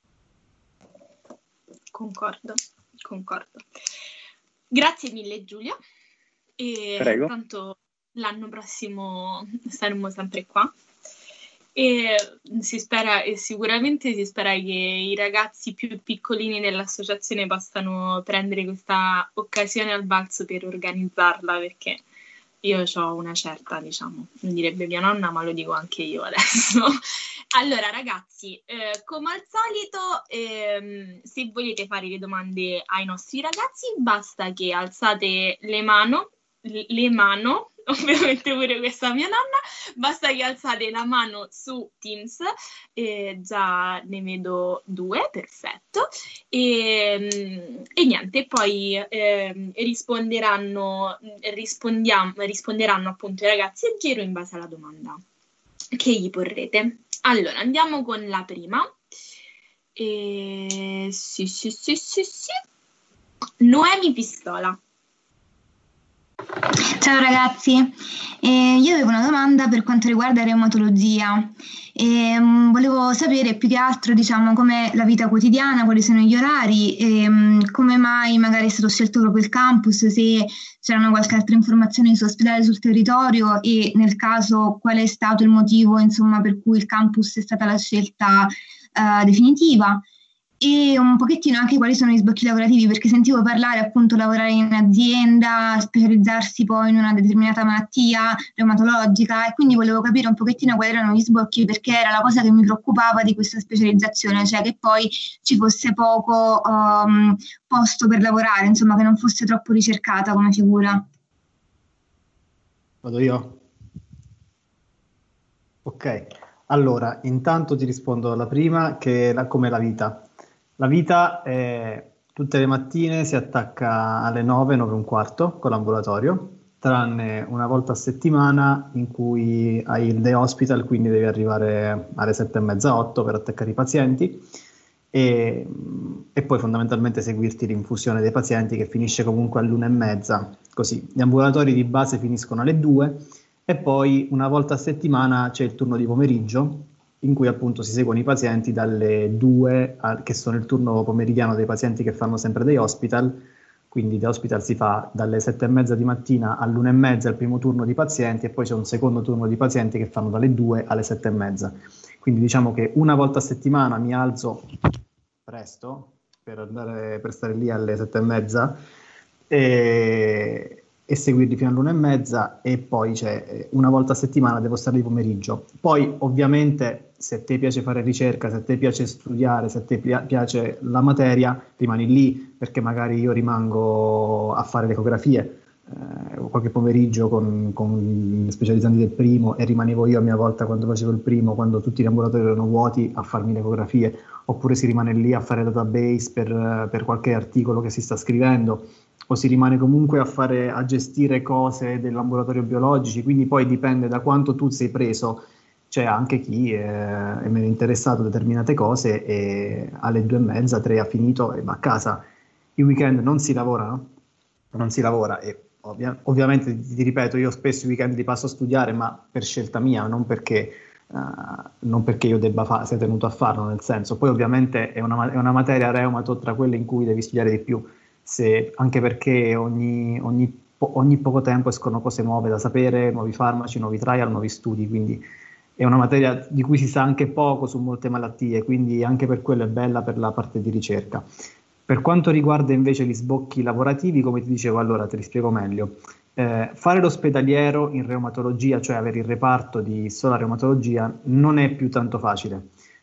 Concordo, concordo. Grazie mille Giulia, e Prego. tanto l'anno prossimo saremo sempre qua e si spera, e sicuramente si spera che i ragazzi più piccolini dell'associazione possano prendere questa occasione al balzo per organizzarla, perché io ho una certa, diciamo, non direbbe mia nonna, ma lo dico anche io adesso. Allora ragazzi, eh, come al solito, ehm, se volete fare le domande ai nostri ragazzi, basta che alzate le mano le mano, ovviamente pure questa mia nonna, basta che alzate la mano su Teams, eh, già ne vedo due, perfetto, e, e niente, poi eh, risponderanno, rispondiamo, risponderanno appunto i ragazzi a giro in base alla domanda che gli porrete. Allora, andiamo con la prima. E... Sì, sì, sì, sì, sì. Noemi Pistola. Ciao ragazzi, eh, io avevo una domanda per quanto riguarda reumatologia e um, volevo sapere più che altro, diciamo, com'è la vita quotidiana, quali sono gli orari e um, come mai magari è stato scelto proprio il campus, se c'erano qualche altra informazione su ospedale sul territorio e nel caso qual è stato il motivo, insomma, per cui il campus è stata la scelta uh, definitiva. E un pochettino anche quali sono gli sbocchi lavorativi, perché sentivo parlare appunto lavorare in azienda, specializzarsi poi in una determinata malattia reumatologica, e quindi volevo capire un pochettino quali erano gli sbocchi, perché era la cosa che mi preoccupava di questa specializzazione, cioè che poi ci fosse poco um, posto per lavorare, insomma che non fosse troppo ricercata come figura. Vado io? Ok, allora intanto ti rispondo alla prima, che è la, com'è la vita. La vita è, tutte le mattine si attacca alle nove, nove e un quarto con l'ambulatorio, tranne una volta a settimana in cui hai il day hospital, quindi devi arrivare alle sette e mezza, otto per attaccare i pazienti e, e poi fondamentalmente seguirti l'infusione dei pazienti che finisce comunque all'una e mezza, così. Gli ambulatori di base finiscono alle due e poi una volta a settimana c'è il turno di pomeriggio, in cui appunto si seguono i pazienti dalle due, a, che sono il turno pomeridiano dei pazienti che fanno sempre dei hospital, quindi dei hospital si fa dalle sette e mezza di mattina all'una e mezza il primo turno di pazienti e poi c'è un secondo turno di pazienti che fanno dalle due alle sette e mezza. Quindi diciamo che una volta a settimana mi alzo presto per, andare, per stare lì alle sette e mezza e... e seguirli fino all'una e mezza e poi c'è una volta a settimana devo stare di pomeriggio. Poi ovviamente se a te piace fare ricerca, se a te piace studiare, se a te pi- piace la materia, rimani lì, perché magari io rimango a fare le ecografie eh, qualche pomeriggio con, con specializzanti del primo e rimanevo io a mia volta quando facevo il primo, quando tutti gli ambulatori erano vuoti, a farmi le ecografie, oppure si rimane lì a fare database per, per qualche articolo che si sta scrivendo, o si rimane comunque a fare a gestire cose dell'ambulatorio biologici, quindi poi dipende da quanto tu sei preso. C'è anche chi eh, è meno interessato a determinate cose e alle due e mezza, tre ha finito e va a casa. I weekend non si lavora, no? Non si lavora e ovvia- ovviamente ti, ti ripeto, io spesso i weekend li passo a studiare, ma per scelta mia, non perché, uh, non perché io debba fa- sia tenuto a farlo, nel senso. Poi ovviamente è una, è una materia reumato tra quelle in cui devi studiare di più. Se, anche perché ogni, ogni, po- ogni poco tempo escono cose nuove da sapere, nuovi farmaci, nuovi trial, nuovi studi, quindi è una materia di cui si sa anche poco su molte malattie, quindi anche per quello è bella per la parte di ricerca. Per quanto riguarda invece gli sbocchi lavorativi, come ti dicevo, allora te li spiego meglio. Eh, fare l'ospedaliero in reumatologia, cioè avere il reparto di sola reumatologia, non è più tanto facile,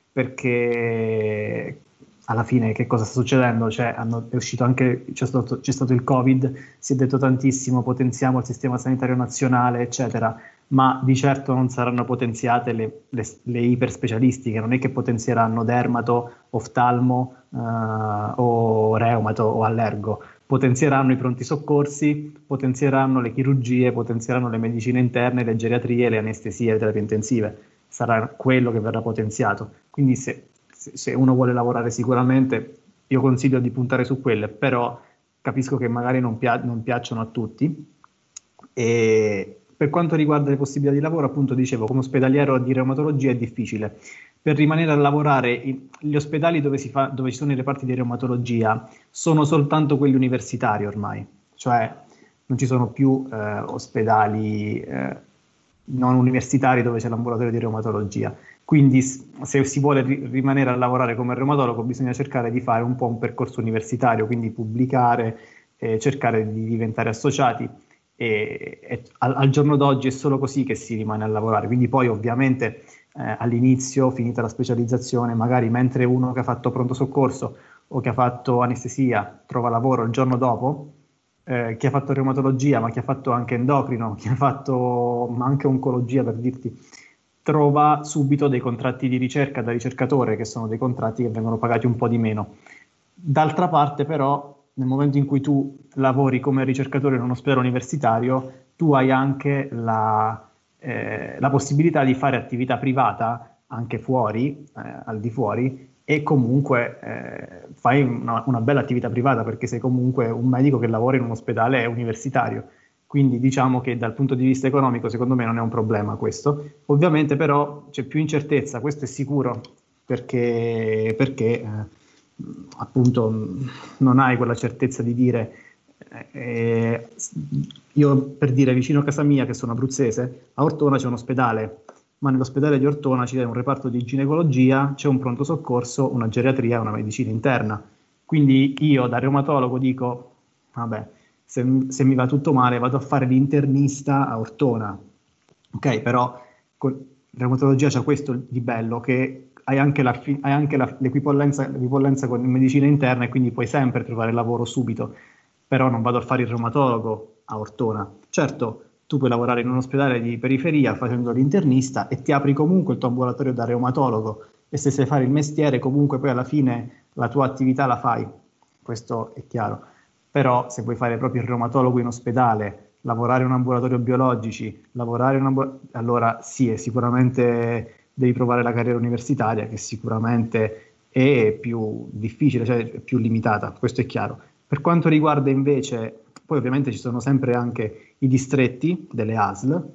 perché alla fine che cosa sta succedendo? Cioè, hanno, è uscito anche, c'è stato, c'è stato il Covid, si è detto tantissimo, potenziamo il sistema sanitario nazionale, eccetera, ma di certo non saranno potenziate le, le, le iperspecialistiche, non è che potenzieranno dermato, oftalmo uh, o reumato o allergo, potenzieranno i pronti soccorsi, potenzieranno le chirurgie, potenzieranno le medicine interne, le geriatrie, le anestesie, le terapie intensive, sarà quello che verrà potenziato. Quindi se se uno vuole lavorare sicuramente, io consiglio di puntare su quelle, però capisco che magari non, pia- non piacciono a tutti. E per quanto riguarda le possibilità di lavoro, appunto dicevo, come ospedaliero di reumatologia è difficile. Per rimanere a lavorare, in, gli ospedali dove, si fa, dove ci sono i reparti di reumatologia sono soltanto quelli universitari ormai, cioè non ci sono più eh, ospedali eh, non universitari dove c'è l'ambulatorio di reumatologia. Quindi se si vuole ri- rimanere a lavorare come reumatologo bisogna cercare di fare un po' un percorso universitario, quindi pubblicare, eh, cercare di diventare associati e, e al, al giorno d'oggi è solo così che si rimane a lavorare. Quindi poi ovviamente eh, all'inizio, finita la specializzazione, magari mentre uno che ha fatto pronto soccorso o che ha fatto anestesia trova lavoro il giorno dopo, eh, chi ha fatto reumatologia, ma chi ha fatto anche endocrino, chi ha fatto ma anche oncologia, per dirti, trova subito dei contratti di ricerca da ricercatore, che sono dei contratti che vengono pagati un po' di meno. D'altra parte, però, nel momento in cui tu lavori come ricercatore in un ospedale universitario, tu hai anche la, eh, la possibilità di fare attività privata anche fuori, eh, al di fuori, e comunque eh, fai una, una bella attività privata, perché sei comunque un medico che lavora in un ospedale universitario. Quindi diciamo che dal punto di vista economico secondo me non è un problema questo. Ovviamente però c'è più incertezza, questo è sicuro, perché, perché eh, appunto non hai quella certezza di dire eh, io, per dire, vicino a casa mia, che sono abruzzese, a Ortona c'è un ospedale, ma nell'ospedale di Ortona c'è un reparto di ginecologia, c'è un pronto soccorso, una geriatria e una medicina interna. Quindi io da reumatologo dico, vabbè, se, se mi va tutto male vado a fare l'internista a Ortona. Ok, però con reumatologia c'è questo di bello, che hai anche, la, hai anche la, l'equipollenza, l'equipollenza con medicina interna, e quindi puoi sempre trovare lavoro subito. Però non vado a fare il reumatologo a Ortona. Certo, tu puoi lavorare in un ospedale di periferia facendo l'internista e ti apri comunque il tuo ambulatorio da reumatologo, e se sai fare il mestiere comunque poi alla fine la tua attività la fai, questo è chiaro. Però se vuoi fare proprio il reumatologo in ospedale, lavorare in un ambulatorio biologici, lavorare in un ambul- allora sì, è sicuramente devi provare la carriera universitaria, che sicuramente è più difficile, cioè è più limitata, questo è chiaro. Per quanto riguarda invece, poi ovviamente ci sono sempre anche i distretti delle A S L,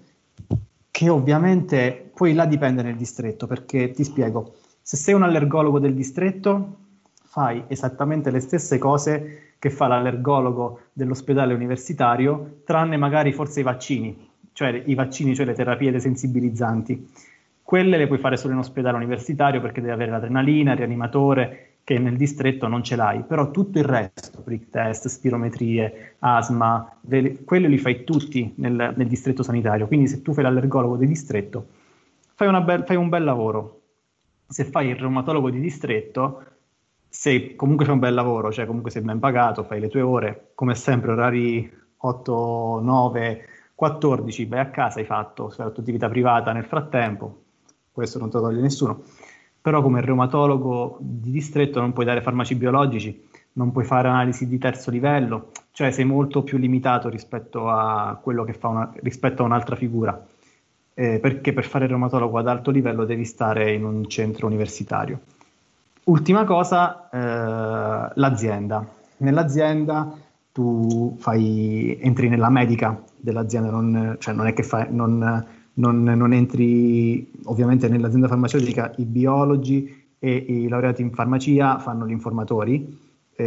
che ovviamente poi là dipende nel distretto, perché ti spiego, se sei un allergologo del distretto fai esattamente le stesse cose che fa l'allergologo dell'ospedale universitario, tranne magari forse i vaccini, cioè i vaccini, cioè le terapie desensibilizzanti. Quelle le puoi fare solo in ospedale universitario, perché devi avere l'adrenalina, il rianimatore, che nel distretto non ce l'hai, però tutto il resto, prick test, spirometrie, asma, quelli li fai tutti nel, nel distretto sanitario. Quindi se tu fai l'allergologo di distretto, fai, una be- fai un bel lavoro. Se fai il reumatologo di distretto, sei, comunque fai un bel lavoro, cioè comunque sei ben pagato, fai le tue ore, come sempre orari otto, nove, quattordici, vai a casa, hai fatto, hai fatto attività privata nel frattempo, questo non te lo toglie nessuno. Però come reumatologo di distretto non puoi dare farmaci biologici, non puoi fare analisi di terzo livello, cioè sei molto più limitato rispetto a quello che fa una, rispetto a un'altra figura, eh, perché per fare il reumatologo ad alto livello devi stare in un centro universitario. Ultima cosa, eh, l'azienda. Nell'azienda tu fai, entri nella medica dell'azienda, non, cioè non è che fai... Non, Non, non entri ovviamente nell'azienda farmaceutica, i biologi e i laureati in farmacia fanno gli informatori,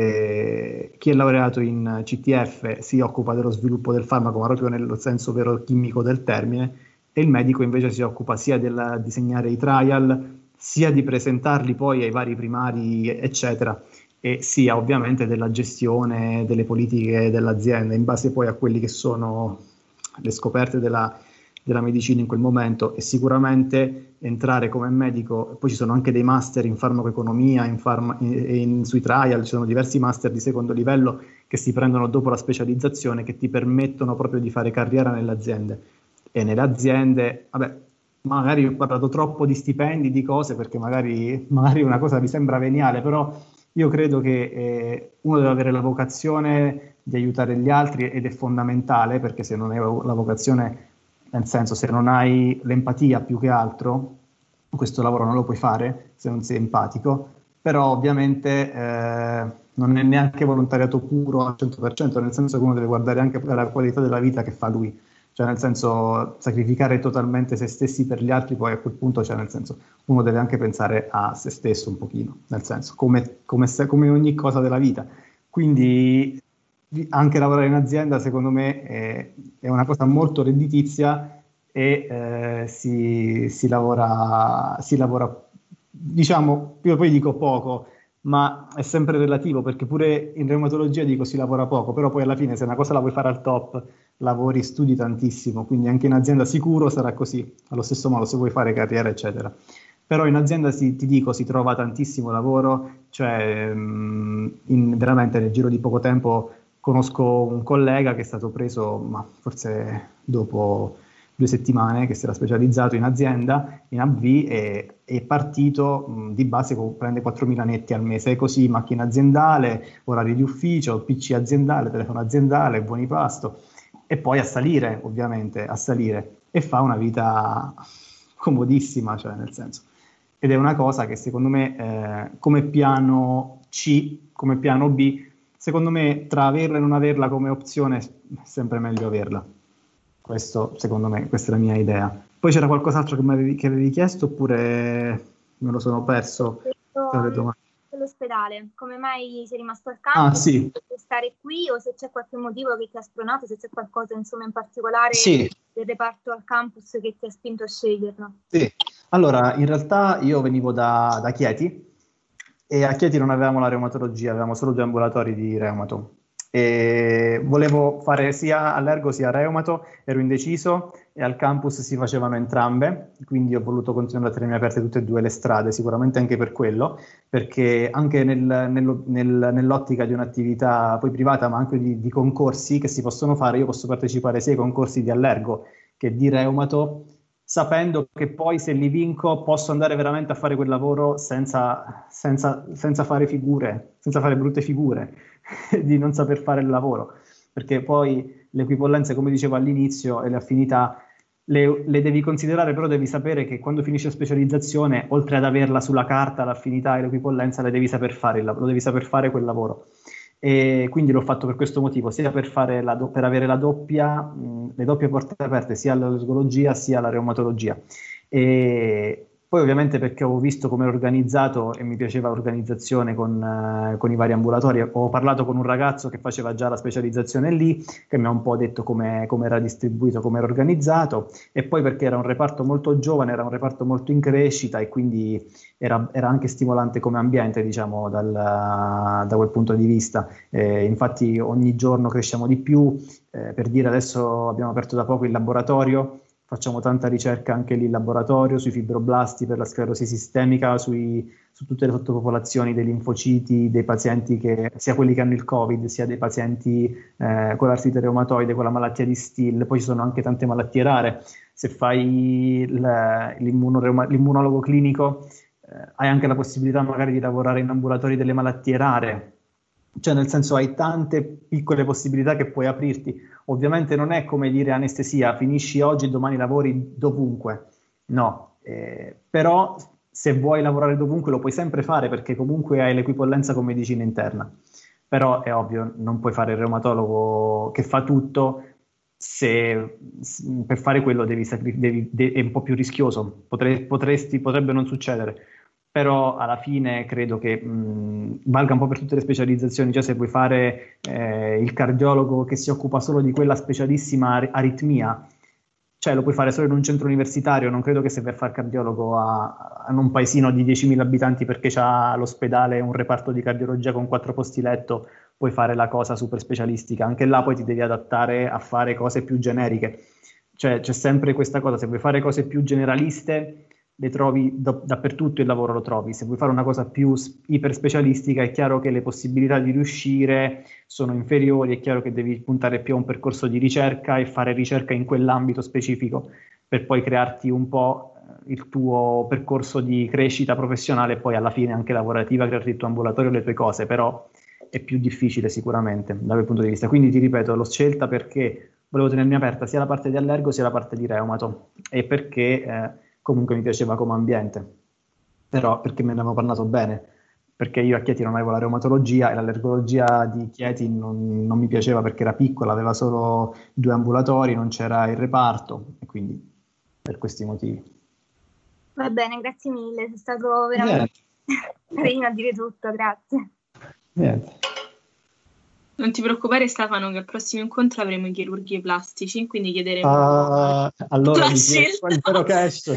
eh, chi è laureato in C T F si occupa dello sviluppo del farmaco, ma proprio nel senso vero chimico del termine, e il medico invece si occupa sia del disegnare i trial, sia di presentarli poi ai vari primari, eccetera, e sia ovviamente della gestione delle politiche dell'azienda in base poi a quelli che sono le scoperte della della medicina in quel momento. E sicuramente entrare come medico, poi ci sono anche dei master in farmacoeconomia, in farma, in, in, sui trial, ci sono diversi master di secondo livello che si prendono dopo la specializzazione, che ti permettono proprio di fare carriera nelle aziende. E nelle aziende, vabbè, magari ho parlato troppo di stipendi, di cose, perché magari, magari una cosa vi sembra veniale, però io credo che eh, uno deve avere la vocazione di aiutare gli altri, ed è fondamentale, perché se non hai la vocazione, nel senso, se non hai l'empatia più che altro, questo lavoro non lo puoi fare se non sei empatico. Però ovviamente eh, non è neanche volontariato puro al cento per cento, nel senso che uno deve guardare anche la qualità della vita che fa lui, cioè nel senso sacrificare totalmente se stessi per gli altri, poi a quel punto, cioè nel senso, uno deve anche pensare a se stesso un pochino, nel senso, come, come, se, come ogni cosa della vita. Quindi anche lavorare in azienda secondo me è, è una cosa molto redditizia, e eh, si, si lavora si lavora diciamo, io poi dico poco, ma è sempre relativo, perché pure in reumatologia dico si lavora poco, però poi alla fine se una cosa la vuoi fare al top lavori, studi tantissimo, quindi anche in azienda sicuro sarà così, allo stesso modo se vuoi fare carriera eccetera. Però in azienda si, ti dico, si trova tantissimo lavoro, cioè in, veramente nel giro di poco tempo conosco un collega che è stato preso, ma forse dopo due settimane, che si era specializzato in azienda, in A V, e è partito mh, di base con, prende quattromila netti al mese, così macchina aziendale, orari di ufficio, P C aziendale, telefono aziendale, buoni pasto, e poi a salire, ovviamente, a salire, e fa una vita comodissima, cioè nel senso. Ed è una cosa che secondo me, eh, come piano C, come piano B, secondo me tra averla e non averla come opzione è sempre meglio averla. Questo, secondo me, questa è la mia idea. Poi c'era qualcos'altro che, avevi, che avevi chiesto, oppure me lo sono perso? L'ospedale, come mai sei rimasto al campo? Ah, sì. Puoi stare qui, o se c'è qualche motivo che ti ha spronato, se c'è qualcosa insomma in particolare Sì. del reparto al campus che ti ha spinto a sceglierlo? Sì, allora in realtà io venivo da, da Chieti, e a Chieti non avevamo la reumatologia, avevamo solo due ambulatori di reumato, e volevo fare sia allergo sia reumato, ero indeciso, e al campus si facevano entrambe, quindi ho voluto continuare a tenermi aperte tutte e due le strade, sicuramente anche per quello, perché anche nel, nello, nel, nell'ottica di un'attività poi privata, ma anche di, di concorsi che si possono fare, io posso partecipare sia ai concorsi di allergo che di reumato, sapendo che poi se li vinco posso andare veramente a fare quel lavoro senza, senza, senza fare figure, senza fare brutte figure, di non saper fare il lavoro, perché poi le equipollenze, come dicevo all'inizio, e le affinità le, le devi considerare, però devi sapere che quando finisci la specializzazione, oltre ad averla sulla carta, l'affinità e l'equipollenza, le devi saper fare, lo devi saper fare quel lavoro. E quindi l'ho fatto per questo motivo, sia per, fare la do- per avere la doppia, mh, le doppie porte aperte, sia all'allergologia sia alla reumatologia. E poi ovviamente perché ho visto come era organizzato e mi piaceva l'organizzazione con, eh, con i vari ambulatori. Ho parlato con un ragazzo che faceva già la specializzazione lì, che mi ha un po' detto come era distribuito, come era organizzato, e poi perché era un reparto molto giovane, era un reparto molto in crescita, e quindi era, era anche stimolante come ambiente, diciamo, dal, da quel punto di vista. Eh, infatti ogni giorno cresciamo di più, eh, per dire adesso abbiamo aperto da poco il laboratorio. Facciamo tanta ricerca anche lì in laboratorio sui fibroblasti per la sclerosi sistemica, sui, su tutte le sottopopolazioni dei linfociti, dei pazienti che, sia quelli che hanno il Covid, sia dei pazienti eh, con l'artrite reumatoide, con la malattia di Still. Poi ci sono anche tante malattie rare. Se fai l'immunologo clinico, eh, hai anche la possibilità magari di lavorare in ambulatori delle malattie rare. Cioè, nel senso, hai tante piccole possibilità che puoi aprirti. Ovviamente non è come dire anestesia, finisci oggi e domani lavori dovunque. No, eh, però se vuoi lavorare dovunque lo puoi sempre fare, perché comunque hai l'equipollenza con medicina interna. Però è ovvio, non puoi fare il reumatologo che fa tutto, se per fare quello devi, devi de- è un po' più rischioso, Potre, potresti, potrebbe non succedere. Però alla fine credo che mh, valga un po' per tutte le specializzazioni. Cioè, se vuoi fare eh, il cardiologo che si occupa solo di quella specialissima ar- aritmia, cioè lo puoi fare solo in un centro universitario. Non credo che se vai a fare cardiologo a, a un paesino di diecimila abitanti, perché c'ha l'ospedale un reparto di cardiologia con quattro posti letto, puoi fare la cosa super specialistica. Anche là poi ti devi adattare a fare cose più generiche. Cioè c'è sempre questa cosa, se vuoi fare cose più generaliste le trovi do- dappertutto, il lavoro lo trovi. Se vuoi fare una cosa più s- iperspecialistica è chiaro che le possibilità di riuscire sono inferiori, è chiaro che devi puntare più a un percorso di ricerca e fare ricerca in quell'ambito specifico per poi crearti un po' il tuo percorso di crescita professionale e poi alla fine anche lavorativa, crearti il tuo ambulatorio, le tue cose, però è più difficile sicuramente da quel punto di vista. Quindi ti ripeto, l'ho scelta perché volevo tenermi aperta sia la parte di allergo sia la parte di reumato, e perché eh, comunque mi piaceva come ambiente, però perché me ne avevo parlato bene, perché io a Chieti non avevo la reumatologia e l'allergologia di Chieti non, non mi piaceva perché era piccola, aveva solo due ambulatori, non c'era il reparto, e quindi per questi motivi. Va bene, grazie mille, sei stato veramente carino a dire tutto, grazie. Niente. Non ti preoccupare Stefano, che al prossimo incontro avremo i chirurghi plastici, quindi chiederemo uh, allora la mi scelta. chiedo cash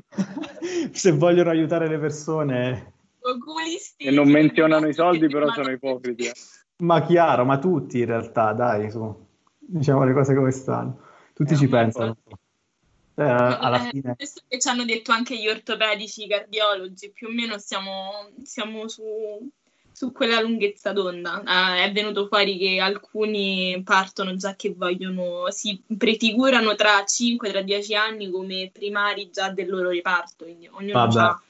se vogliono aiutare le persone. Oculisti, e non menzionano i soldi, però sono ipocriti. Eh. Ma chiaro, ma tutti in realtà, dai, su, diciamo le cose come stanno. Tutti eh, ci pensano. Eh, alla eh, fine... Questo che ci hanno detto anche gli ortopedici, i cardiologi, più o meno siamo, siamo su... su quella lunghezza d'onda. Eh, è venuto fuori che alcuni partono già che vogliono, si prefigurano tra cinque tra dieci anni come primari già del loro reparto, quindi ognuno ha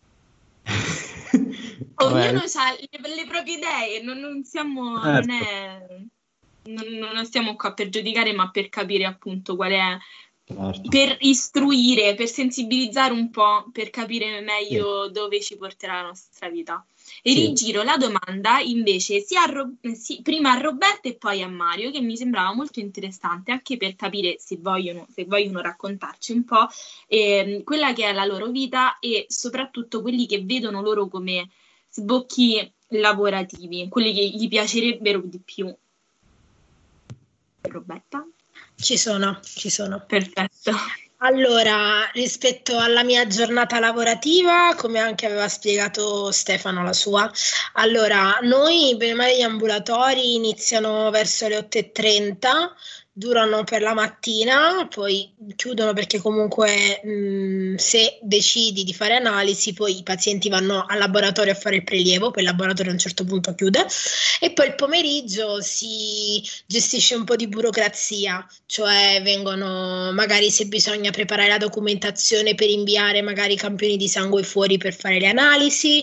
ognuno ha le, le proprie idee, non, non siamo certo. non, è, non, non stiamo qua per giudicare, ma per capire appunto qual è, certo. Per istruire, per sensibilizzare un po', per capire meglio sì. dove ci porterà la nostra vita. E sì. rigiro la domanda invece sia a Ro- sì, prima a Roberto e poi a Mario, che mi sembrava molto interessante anche per capire se vogliono, se vogliono raccontarci un po' eh, quella che è la loro vita e soprattutto quelli che vedono loro come sbocchi lavorativi, quelli che gli piacerebbero di più. Roberta? Ci sono, ci sono. Perfetto. Allora, rispetto alla mia giornata lavorativa, come anche aveva spiegato Stefano la sua, allora, noi bene o male gli ambulatori iniziano verso le otto e trenta, durano per la mattina, poi chiudono perché comunque mh, se decidi di fare analisi, poi i pazienti vanno al laboratorio a fare il prelievo, poi il laboratorio a un certo punto chiude e poi il pomeriggio si gestisce un po' di burocrazia, cioè vengono magari se bisogna preparare la documentazione per inviare magari i campioni di sangue fuori per fare le analisi,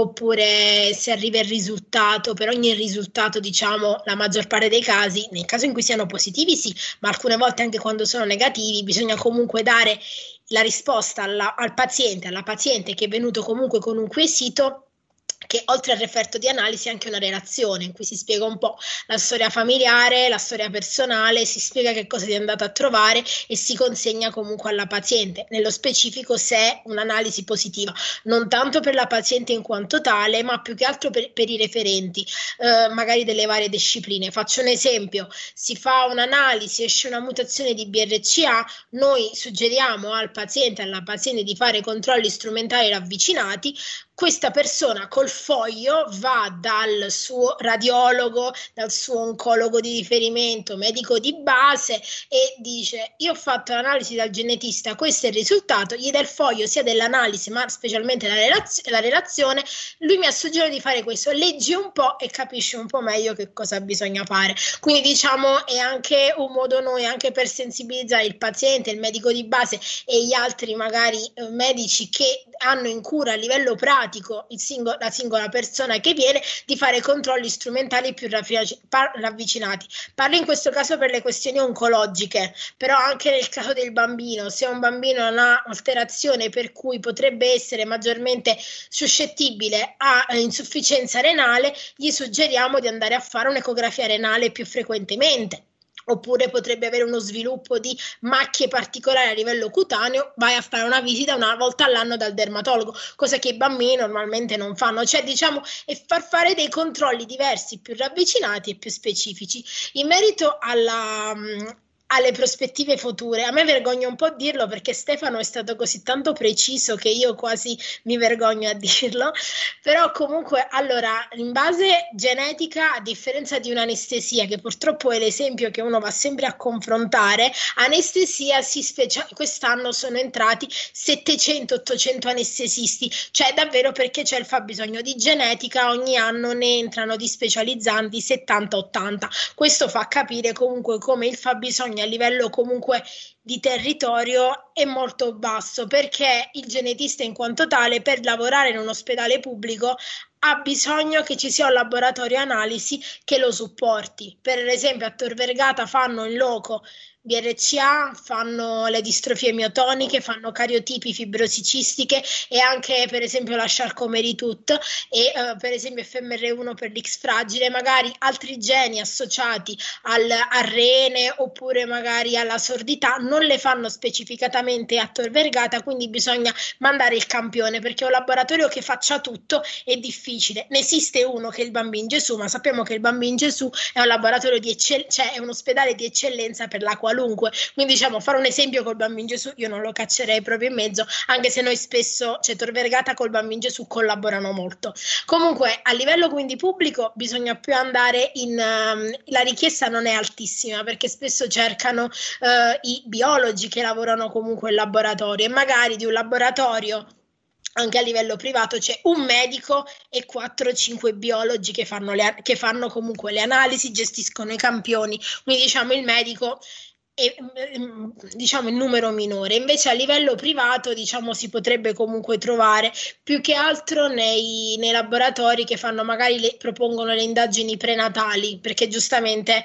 oppure se arriva il risultato, per ogni risultato diciamo la maggior parte dei casi, nel caso in cui siano positivi sì, ma alcune volte anche quando sono negativi bisogna comunque dare la risposta alla, al paziente, alla paziente che è venuto comunque con un quesito che oltre al referto di analisi è anche una relazione in cui si spiega un po' la storia familiare, la storia personale, si spiega che cosa è andato a trovare e si consegna comunque alla paziente, nello specifico se è un'analisi positiva, non tanto per la paziente in quanto tale, ma più che altro per, per i referenti, eh, magari delle varie discipline. Faccio un esempio, si fa un'analisi, esce una mutazione di B R C A, noi suggeriamo al paziente, alla paziente di fare controlli strumentali ravvicinati, questa persona col foglio va dal suo radiologo, dal suo oncologo di riferimento, medico di base e dice io ho fatto l'analisi dal genetista, questo è il risultato, gli dà il foglio sia dell'analisi ma specialmente la, relaz- la relazione, lui mi ha suggerito di fare questo, leggi un po' e capisci un po' meglio che cosa bisogna fare, quindi diciamo è anche un modo noi anche per sensibilizzare il paziente, il medico di base e gli altri magari eh, medici che hanno in cura a livello pratico il singolo, la singola persona che viene di fare controlli strumentali più raffi- par- ravvicinati. Parlo in questo caso per le questioni oncologiche, però anche nel caso del bambino, se un bambino ha un'alterazione per cui potrebbe essere maggiormente suscettibile a insufficienza renale, gli suggeriamo di andare a fare un'ecografia renale più frequentemente. Oppure potrebbe avere uno sviluppo di macchie particolari a livello cutaneo, vai a fare una visita una volta all'anno dal dermatologo, cosa che i bambini normalmente non fanno, cioè diciamo è far fare dei controlli diversi, più ravvicinati e più specifici. In merito alla... alle prospettive future, a me vergogno un po' dirlo perché Stefano è stato così tanto preciso che io quasi mi vergogno a dirlo, però comunque allora in base genetica, a differenza di un'anestesia che purtroppo è l'esempio che uno va sempre a confrontare, anestesia si specia- quest'anno sono entrati settecento ottocento anestesisti, cioè davvero perché c'è il fabbisogno di genetica, ogni anno ne entrano di specializzanti settanta ottanta, questo fa capire comunque come il fabbisogno a livello comunque di territorio è molto basso, perché il genetista in quanto tale per lavorare in un ospedale pubblico ha bisogno che ci sia un laboratorio analisi che lo supporti. Per esempio a Tor Vergata fanno in loco B R C A, fanno le distrofie miotoniche, fanno cariotipi, fibrosi cistiche e anche per esempio la Charcot-Marie-Tooth e uh, per esempio F M R uno per l'X fragile, magari altri geni associati al, al rene oppure magari alla sordità non le fanno specificatamente a Tor Vergata, quindi bisogna mandare il campione perché un laboratorio che faccia tutto è difficile. Ne esiste uno che è il Bambin Gesù, ma sappiamo che il Bambin Gesù è un laboratorio di eccellenza, cioè è un ospedale di eccellenza per la qualunque. Quindi diciamo fare un esempio col Bambin Gesù io non lo caccerei proprio in mezzo, anche se noi spesso, cioè Tor Vergata col Bambin Gesù collaborano molto. Comunque a livello quindi pubblico bisogna più andare in um, la richiesta non è altissima perché spesso cercano uh, i biologi che lavorano comunque in laboratorio e magari di un laboratorio anche a livello privato c'è un medico e quattro cinque biologi che fanno, le, che fanno comunque le analisi, gestiscono i campioni, quindi diciamo il medico è diciamo il numero minore. Invece a livello privato diciamo si potrebbe comunque trovare più che altro nei, nei laboratori che fanno magari le, propongono le indagini prenatali, perché giustamente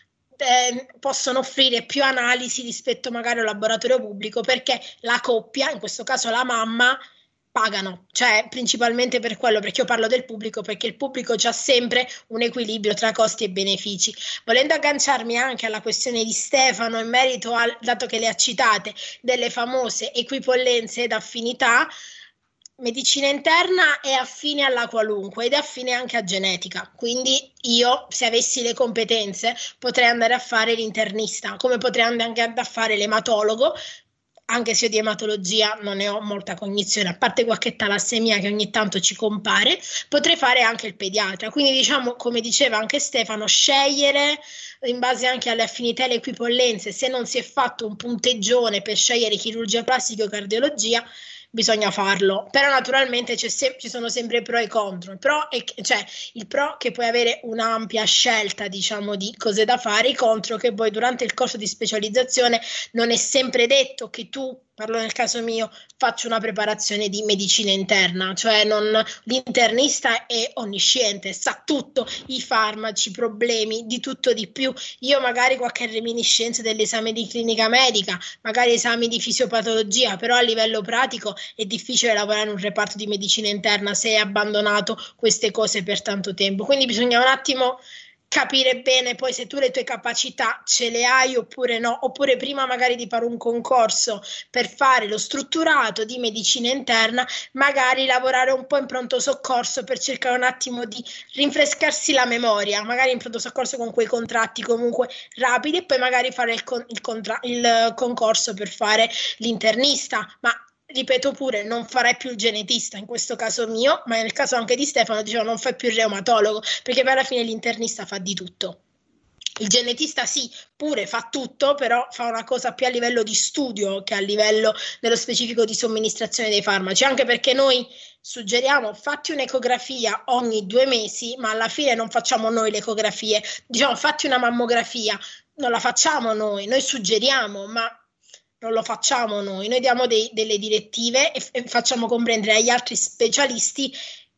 Eh, possono offrire più analisi rispetto magari al laboratorio pubblico, perché la coppia, in questo caso la mamma, pagano, cioè principalmente per quello, perché io parlo del pubblico, perché il pubblico c'ha sempre un equilibrio tra costi e benefici. Volendo agganciarmi anche alla questione di Stefano in merito al, dato che le ha citate, delle famose equipollenze ed affinità, medicina interna è affine alla qualunque ed è affine anche a genetica, quindi io se avessi le competenze potrei andare a fare l'internista, come potrei andare anche a fare l'ematologo, anche se io di ematologia non ne ho molta cognizione, a parte qualche talassemia che ogni tanto ci compare, potrei fare anche il pediatra. Quindi diciamo, come diceva anche Stefano, scegliere in base anche alle affinità e alle equipollenze. Se non si è fatto un punteggione per scegliere chirurgia plastica o cardiologia, bisogna farlo, però naturalmente c'è se- ci sono sempre pro e contro. Il pro è che, cioè, il pro che puoi avere un'ampia scelta, diciamo, di cose da fare, il contro che poi durante il corso di specializzazione non è sempre detto che tu, parlo nel caso mio, faccio una preparazione di medicina interna, cioè non, l'internista è onnisciente, sa tutto, i farmaci, i problemi, di tutto di più. Io magari qualche reminiscenza dell'esame di clinica medica, magari esami di fisiopatologia, però a livello pratico è difficile lavorare in un reparto di medicina interna se hai abbandonato queste cose per tanto tempo. Quindi bisogna un attimo capire bene poi se tu le tue capacità ce le hai oppure no, oppure prima magari di fare un concorso per fare lo strutturato di medicina interna, magari lavorare un po' in pronto soccorso per cercare un attimo di rinfrescarsi la memoria, magari in pronto soccorso con quei contratti comunque rapidi e poi magari fare il, con- il, contra- il concorso per fare l'internista, ma ripeto pure, non farai più il genetista in questo caso mio, ma nel caso anche di Stefano dicevo non fai più il reumatologo, perché poi alla fine l'internista fa di tutto. Il genetista sì, pure fa tutto, però fa una cosa più a livello di studio che a livello nello specifico di somministrazione dei farmaci, anche perché noi suggeriamo fatti un'ecografia ogni due mesi, ma alla fine non facciamo noi le ecografie, diciamo fatti una mammografia, non la facciamo noi, noi suggeriamo, ma non lo facciamo noi, noi diamo dei, delle direttive e, e facciamo comprendere agli altri specialisti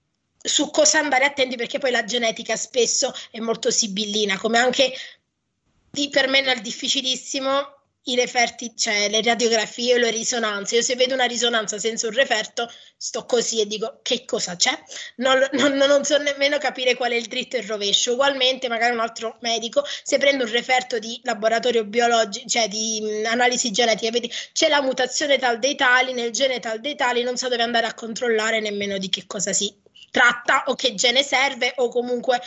su cosa andare attenti, perché poi la genetica spesso è molto sibillina, come anche per me è difficilissimo i referti, cioè le radiografie o le risonanze. Io se vedo una risonanza senza un referto sto così e dico che cosa c'è, non, non, non so nemmeno capire qual è il dritto e il rovescio. Ugualmente magari un altro medico se prende un referto di laboratorio biologico, cioè di mh, analisi genetica, vedi c'è la mutazione tal dei tali nel gene tal dei tali, non sa dove andare a controllare nemmeno di che cosa si tratta o che gene serve, o comunque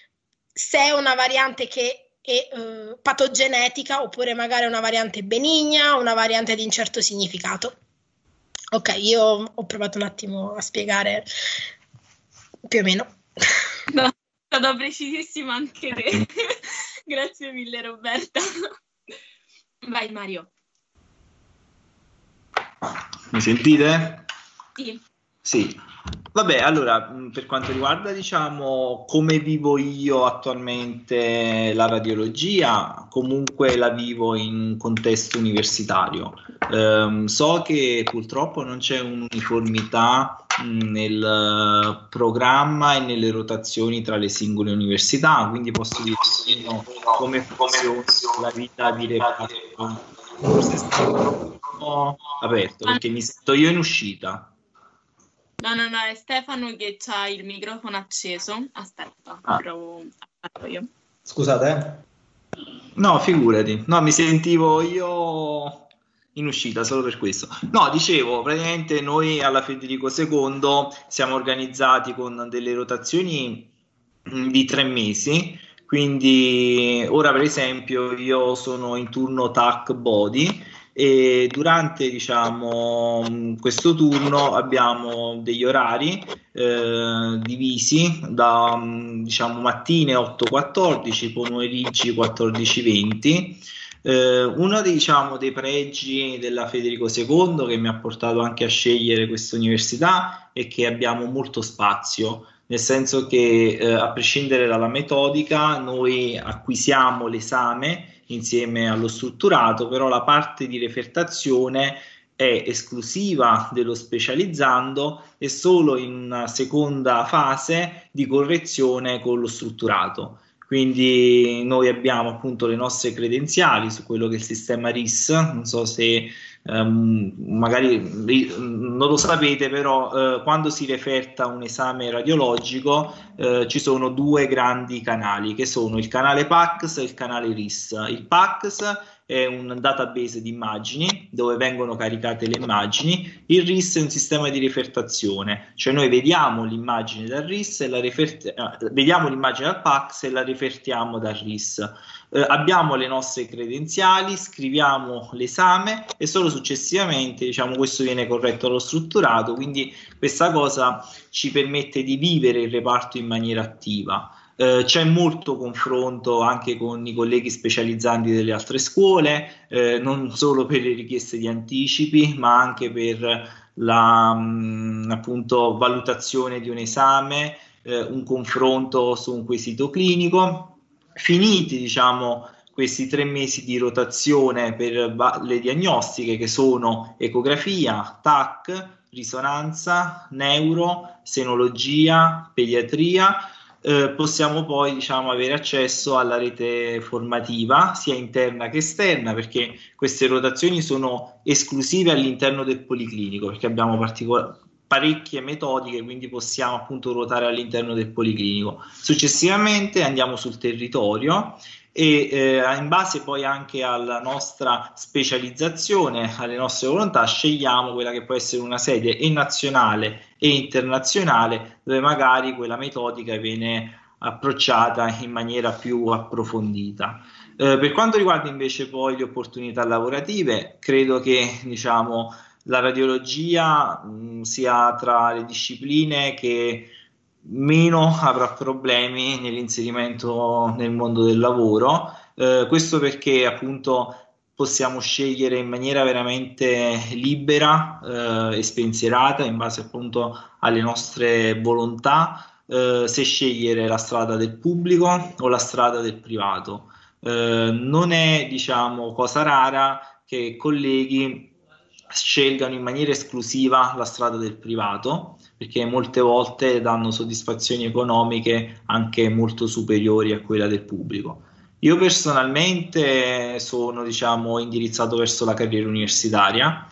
se è una variante che e uh, patogenetica oppure magari una variante benigna, una variante di incerto significato. Ok, io ho provato un attimo a spiegare più o meno. No, è stato precisissimo anche te. Grazie mille Roberta. Vai Mario. Mi sentite? Sì. Sì. Vabbè, allora, per quanto riguarda, diciamo, come vivo io attualmente la radiologia, comunque la vivo in un contesto universitario. Um, so che purtroppo non c'è un'uniformità mh, nel programma e nelle rotazioni tra le singole università, quindi posso dire no, come funziona la vita di reparto. Forse è stato un po' aperto, perché mi sento io in uscita. No, no, no, è Stefano che ha il microfono acceso. Aspetta, ah. provo a farlo io. Scusate? No, figurati. No, mi sentivo io in uscita solo per questo. No, dicevo, praticamente noi alla Federico secondo siamo organizzati con delle rotazioni di tre mesi. Quindi ora, per esempio, io sono in turno T A C Body. E durante, diciamo, questo turno abbiamo degli orari eh, divisi da, diciamo, mattine otto quattordici, pomeriggi quattordici venti, Eh, uno dei, diciamo, dei pregi della Federico secondo che mi ha portato anche a scegliere questa università è che abbiamo molto spazio, nel senso che eh, a prescindere dalla metodica noi acquisiamo l'esame insieme allo strutturato, però la parte di refertazione è esclusiva dello specializzando e solo in una seconda fase di correzione con lo strutturato. Quindi noi abbiamo appunto le nostre credenziali su quello che è il sistema R I S, non so se um, magari non lo sapete, però uh, quando si referta un esame radiologico uh, ci sono due grandi canali, che sono il canale P A C S e il canale R I S. Il P A C S è un database di immagini dove vengono caricate le immagini, il R I S è un sistema di refertazione, cioè noi vediamo l'immagine dal R I S e la refert- eh, vediamo l'immagine dal P A C S e la refertiamo dal R I S. Eh, abbiamo le nostre credenziali, scriviamo l'esame e solo successivamente, diciamo, questo viene corretto allo strutturato, quindi questa cosa ci permette di vivere il reparto in maniera attiva. Uh, c'è molto confronto anche con i colleghi specializzanti delle altre scuole, eh, non solo per le richieste di anticipi, ma anche per la mh, appunto valutazione di un esame, eh, un confronto su un quesito clinico. Finiti, diciamo, questi tre mesi di rotazione per le diagnostiche, che sono ecografia, T A C, risonanza, neuro, senologia, pediatria, Eh, possiamo poi, diciamo, avere accesso alla rete formativa sia interna che esterna, perché queste rotazioni sono esclusive all'interno del policlinico, perché abbiamo particolari parecchie metodiche, quindi possiamo appunto ruotare all'interno del policlinico. Successivamente andiamo sul territorio e eh, in base poi anche alla nostra specializzazione, alle nostre volontà, scegliamo quella che può essere una sede e nazionale e internazionale, dove magari quella metodica viene approcciata in maniera più approfondita. Eh, per quanto riguarda invece poi le opportunità lavorative, credo che, diciamo, la radiologia mh, sia tra le discipline che meno avrà problemi nell'inserimento nel mondo del lavoro, eh, questo perché appunto possiamo scegliere in maniera veramente libera eh, e spensierata, in base appunto alle nostre volontà, eh, se scegliere la strada del pubblico o la strada del privato. Eh, non è, diciamo, cosa rara che colleghi scelgano in maniera esclusiva la strada del privato, perché molte volte danno soddisfazioni economiche anche molto superiori a quella del pubblico. Io personalmente sono, diciamo, indirizzato verso la carriera universitaria,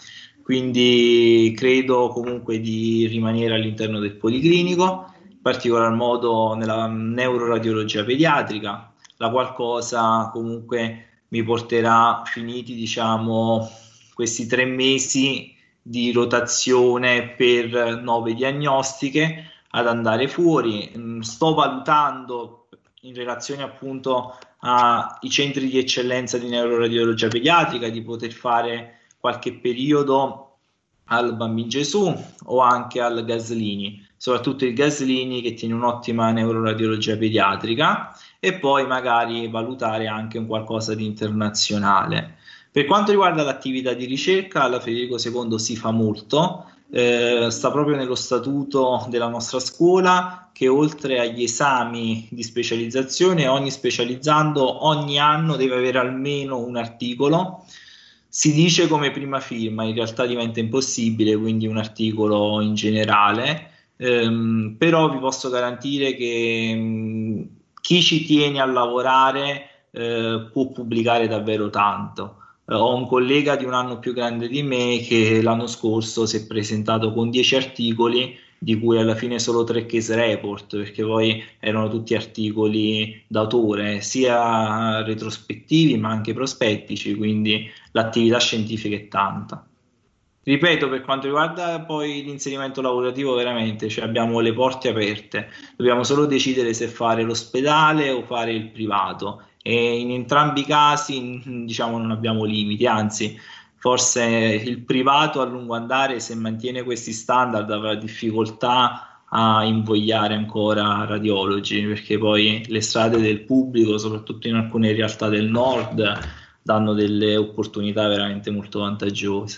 quindi credo comunque di rimanere all'interno del policlinico, in particolar modo nella neuroradiologia pediatrica, la qual cosa comunque mi porterà, finiti, diciamo, questi tre mesi di rotazione per nove diagnostiche, ad andare fuori. Sto valutando, in relazione appunto ai centri di eccellenza di neuroradiologia pediatrica, di poter fare qualche periodo al Bambin Gesù o anche al Gaslini, soprattutto il Gaslini che tiene un'ottima neuroradiologia pediatrica, e poi magari valutare anche un qualcosa di internazionale. Per quanto riguarda l'attività di ricerca, alla Federico secondo si fa molto, eh, sta proprio nello statuto della nostra scuola che oltre agli esami di specializzazione, ogni specializzando ogni anno deve avere almeno un articolo. Si dice come prima firma, in realtà diventa impossibile, quindi un articolo in generale, ehm, però vi posso garantire che mh, chi ci tiene a lavorare eh, può pubblicare davvero tanto. Ho un collega di un anno più grande di me che l'anno scorso si è presentato con dieci articoli, di cui alla fine solo tre case report, perché poi erano tutti articoli d'autore, sia retrospettivi ma anche prospettici, quindi l'attività scientifica è tanta. Ripeto, per quanto riguarda poi l'inserimento lavorativo, veramente, cioè abbiamo le porte aperte, dobbiamo solo decidere se fare l'ospedale o fare il privato. E in entrambi i casi, diciamo, non abbiamo limiti, anzi forse il privato a lungo andare, se mantiene questi standard, avrà difficoltà a invogliare ancora radiologi, perché poi le strade del pubblico, soprattutto in alcune realtà del nord, danno delle opportunità veramente molto vantaggiose.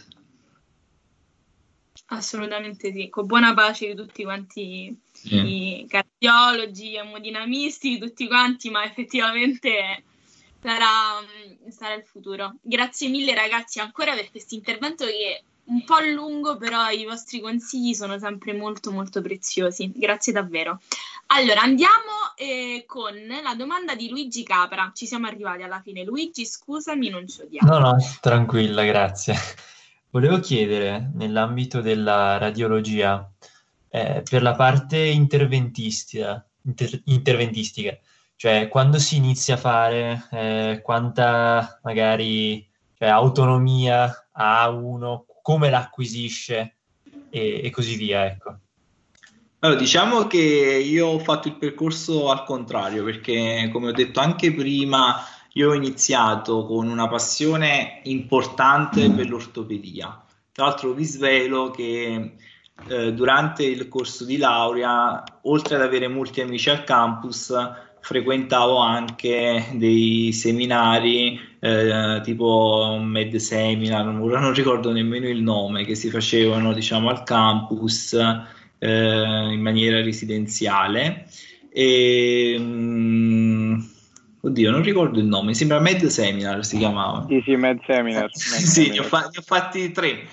Assolutamente sì, con buona pace di tutti quanti Sì. i cardiologi, emodinamisti, di tutti quanti, ma effettivamente sarà, sarà il futuro. Grazie mille ragazzi ancora per questo intervento che è un po' lungo, però i vostri consigli sono sempre molto molto preziosi. Grazie davvero. Allora andiamo eh, con la domanda di Luigi Capra. Ci siamo arrivati alla fine. Luigi, scusami, non ci odiamo. No, no, tranquilla, grazie. Volevo chiedere, nell'ambito della radiologia, eh, per la parte interventistica, inter- interventistica, cioè quando si inizia a fare, eh, quanta magari cioè, autonomia ha uno, come l'acquisisce e, e così via, ecco. Allora, diciamo che io ho fatto il percorso al contrario, perché come ho detto anche prima, io ho iniziato con una passione importante per l'ortopedia. Tra l'altro vi svelo che eh, durante il corso di laurea, oltre ad avere molti amici al campus, frequentavo anche dei seminari eh, tipo Med Seminar, ora non ricordo nemmeno il nome, che si facevano diciamo al campus eh, in maniera residenziale. E, mh, oddio, non ricordo il nome, sembra Med Seminar si chiamava. Sì, sì, Med Seminar. Med sì, Seminar. Ne, ho fa- ne ho fatti tre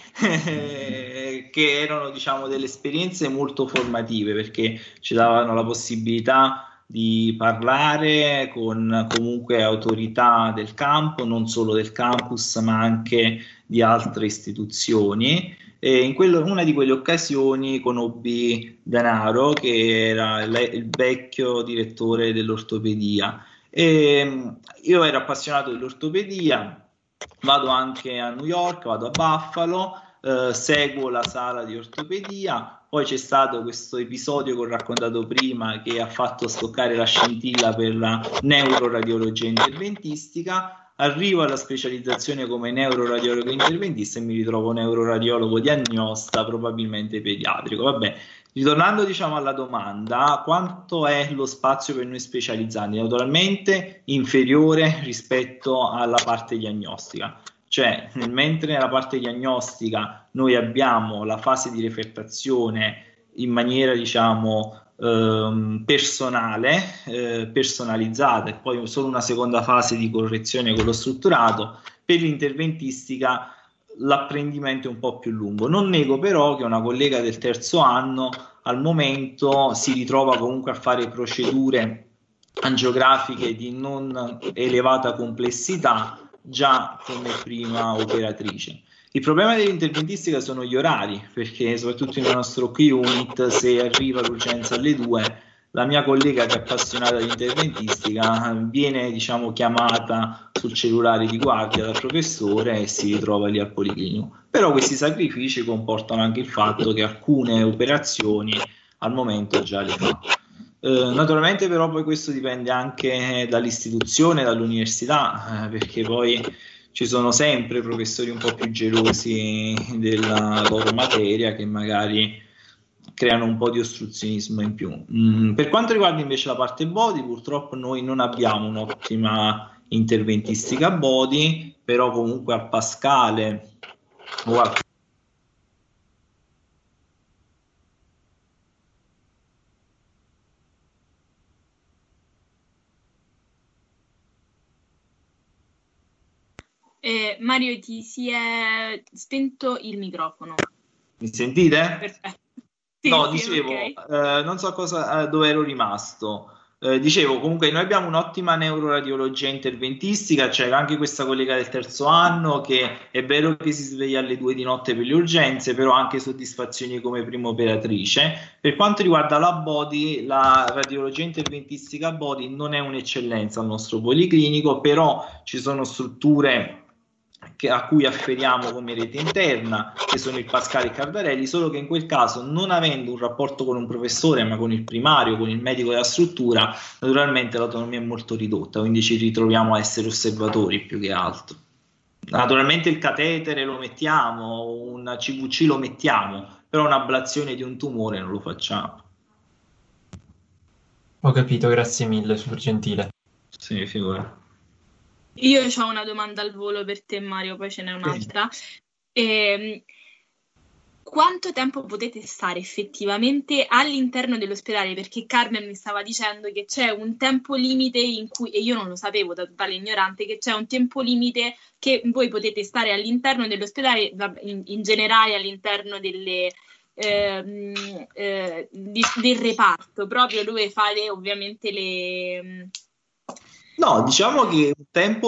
che erano diciamo delle esperienze molto formative, perché ci davano la possibilità di parlare con comunque autorità del campo, non solo del campus ma anche di altre istituzioni. E in quello, una di quelle occasioni conobbi Danaro, che era il, il vecchio direttore dell'ortopedia. E io ero appassionato dell'ortopedia, vado anche a New York, vado a Buffalo, eh, seguo la sala di ortopedia. Poi c'è stato questo episodio che ho raccontato prima che ha fatto scoccare la scintilla per la neuroradiologia interventistica. Arrivo alla specializzazione come neuroradiologo interventista e mi ritrovo neuroradiologo diagnosta, probabilmente pediatrico. Vabbè, ritornando diciamo alla domanda, quanto è lo spazio per noi specializzanti? Naturalmente inferiore rispetto alla parte diagnostica. Cioè, mentre nella parte diagnostica noi abbiamo la fase di refertazione in maniera, diciamo, ehm, personale, eh, personalizzata, e poi solo una seconda fase di correzione con lo strutturato, per l'interventistica l'apprendimento è un po' più lungo. Non nego però che una collega del terzo anno al momento si ritrova comunque a fare procedure angiografiche di non elevata complessità, già come prima operatrice. Il problema dell'interventistica sono gli orari, perché soprattutto nel nostro Q-Unit, se arriva l'urgenza alle due, la mia collega che è appassionata di interventistica viene diciamo chiamata sul cellulare di guardia dal professore e si ritrova lì al policlinico. Però questi sacrifici comportano anche il fatto che alcune operazioni al momento già le fa. Eh, naturalmente però poi questo dipende anche dall'istituzione, dall'università, eh, perché poi ci sono sempre professori un po' più gelosi della loro materia che magari creano un po' di ostruzionismo in più. Mm, per quanto riguarda invece la parte body, purtroppo noi non abbiamo un'ottima interventistica body, però comunque a Pascale o a Eh, Mario, ti si è spento il microfono. Mi sentite? Perfetto. Sì, no, sì, dicevo, okay. eh, non so cosa, eh, dove ero rimasto. Eh, dicevo, comunque noi abbiamo un'ottima neuroradiologia interventistica, c'è anche questa collega del terzo anno che è vero che si sveglia alle due di notte per le urgenze, però ha anche soddisfazioni come prima operatrice. Per quanto riguarda la body, la radiologia interventistica body non è un'eccellenza al nostro policlinico, però ci sono strutture che, a cui afferiamo come rete interna, che sono il Pascale e il Cardarelli, solo che in quel caso, non avendo un rapporto con un professore ma con il primario, con il medico della struttura, naturalmente l'autonomia è molto ridotta, quindi ci ritroviamo a essere osservatori più che altro. Naturalmente il catetere lo mettiamo, un C V C lo mettiamo, però un'ablazione di un tumore non lo facciamo. Ho capito, grazie mille, super gentile. Sì, figura. Io ho una domanda al volo per te, Mario, poi ce n'è un'altra. E, quanto tempo potete stare effettivamente all'interno dell'ospedale? Perché Carmen mi stava dicendo che c'è un tempo limite in cui, e io non lo sapevo da totale ignorante, che c'è un tempo limite che voi potete stare all'interno dell'ospedale, in, in generale all'interno delle, eh, eh, di, del reparto, proprio dove fate ovviamente le... No, diciamo che un tempo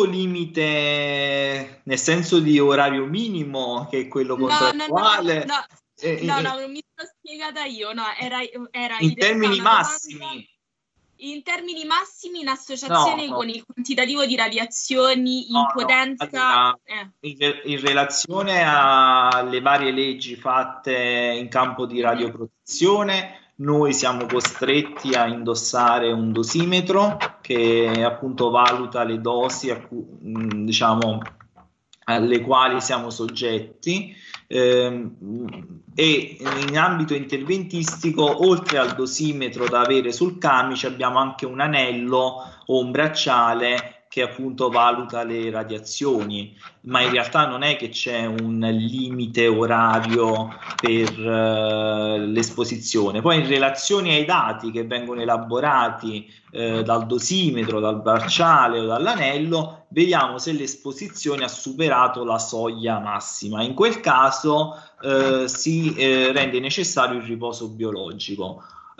limite nel senso di orario minimo, che è quello contrattuale. No, no, no, no, eh, no, eh, no, non mi sono spiegata io, no, era, era in, in termini realtà una massimi. domanda, in termini massimi in associazione No, no. con il quantitativo di radiazioni in No, no. potenza. Allora, eh. in, in relazione alle varie leggi fatte in campo di radioprotezione, noi siamo costretti a indossare un dosimetro che appunto valuta le dosi a cui, diciamo, alle quali siamo soggetti, ehm, e in ambito interventistico, oltre al dosimetro da avere sul camice, abbiamo anche un anello o un bracciale che appunto valuta le radiazioni, ma in realtà non è che c'è un limite orario per uh, l'esposizione. Poi in relazione ai dati che vengono elaborati eh, dal dosimetro, dal bracciale o dall'anello, vediamo se l'esposizione ha superato la soglia massima. In quel caso eh, si eh, rende necessario il riposo biologico.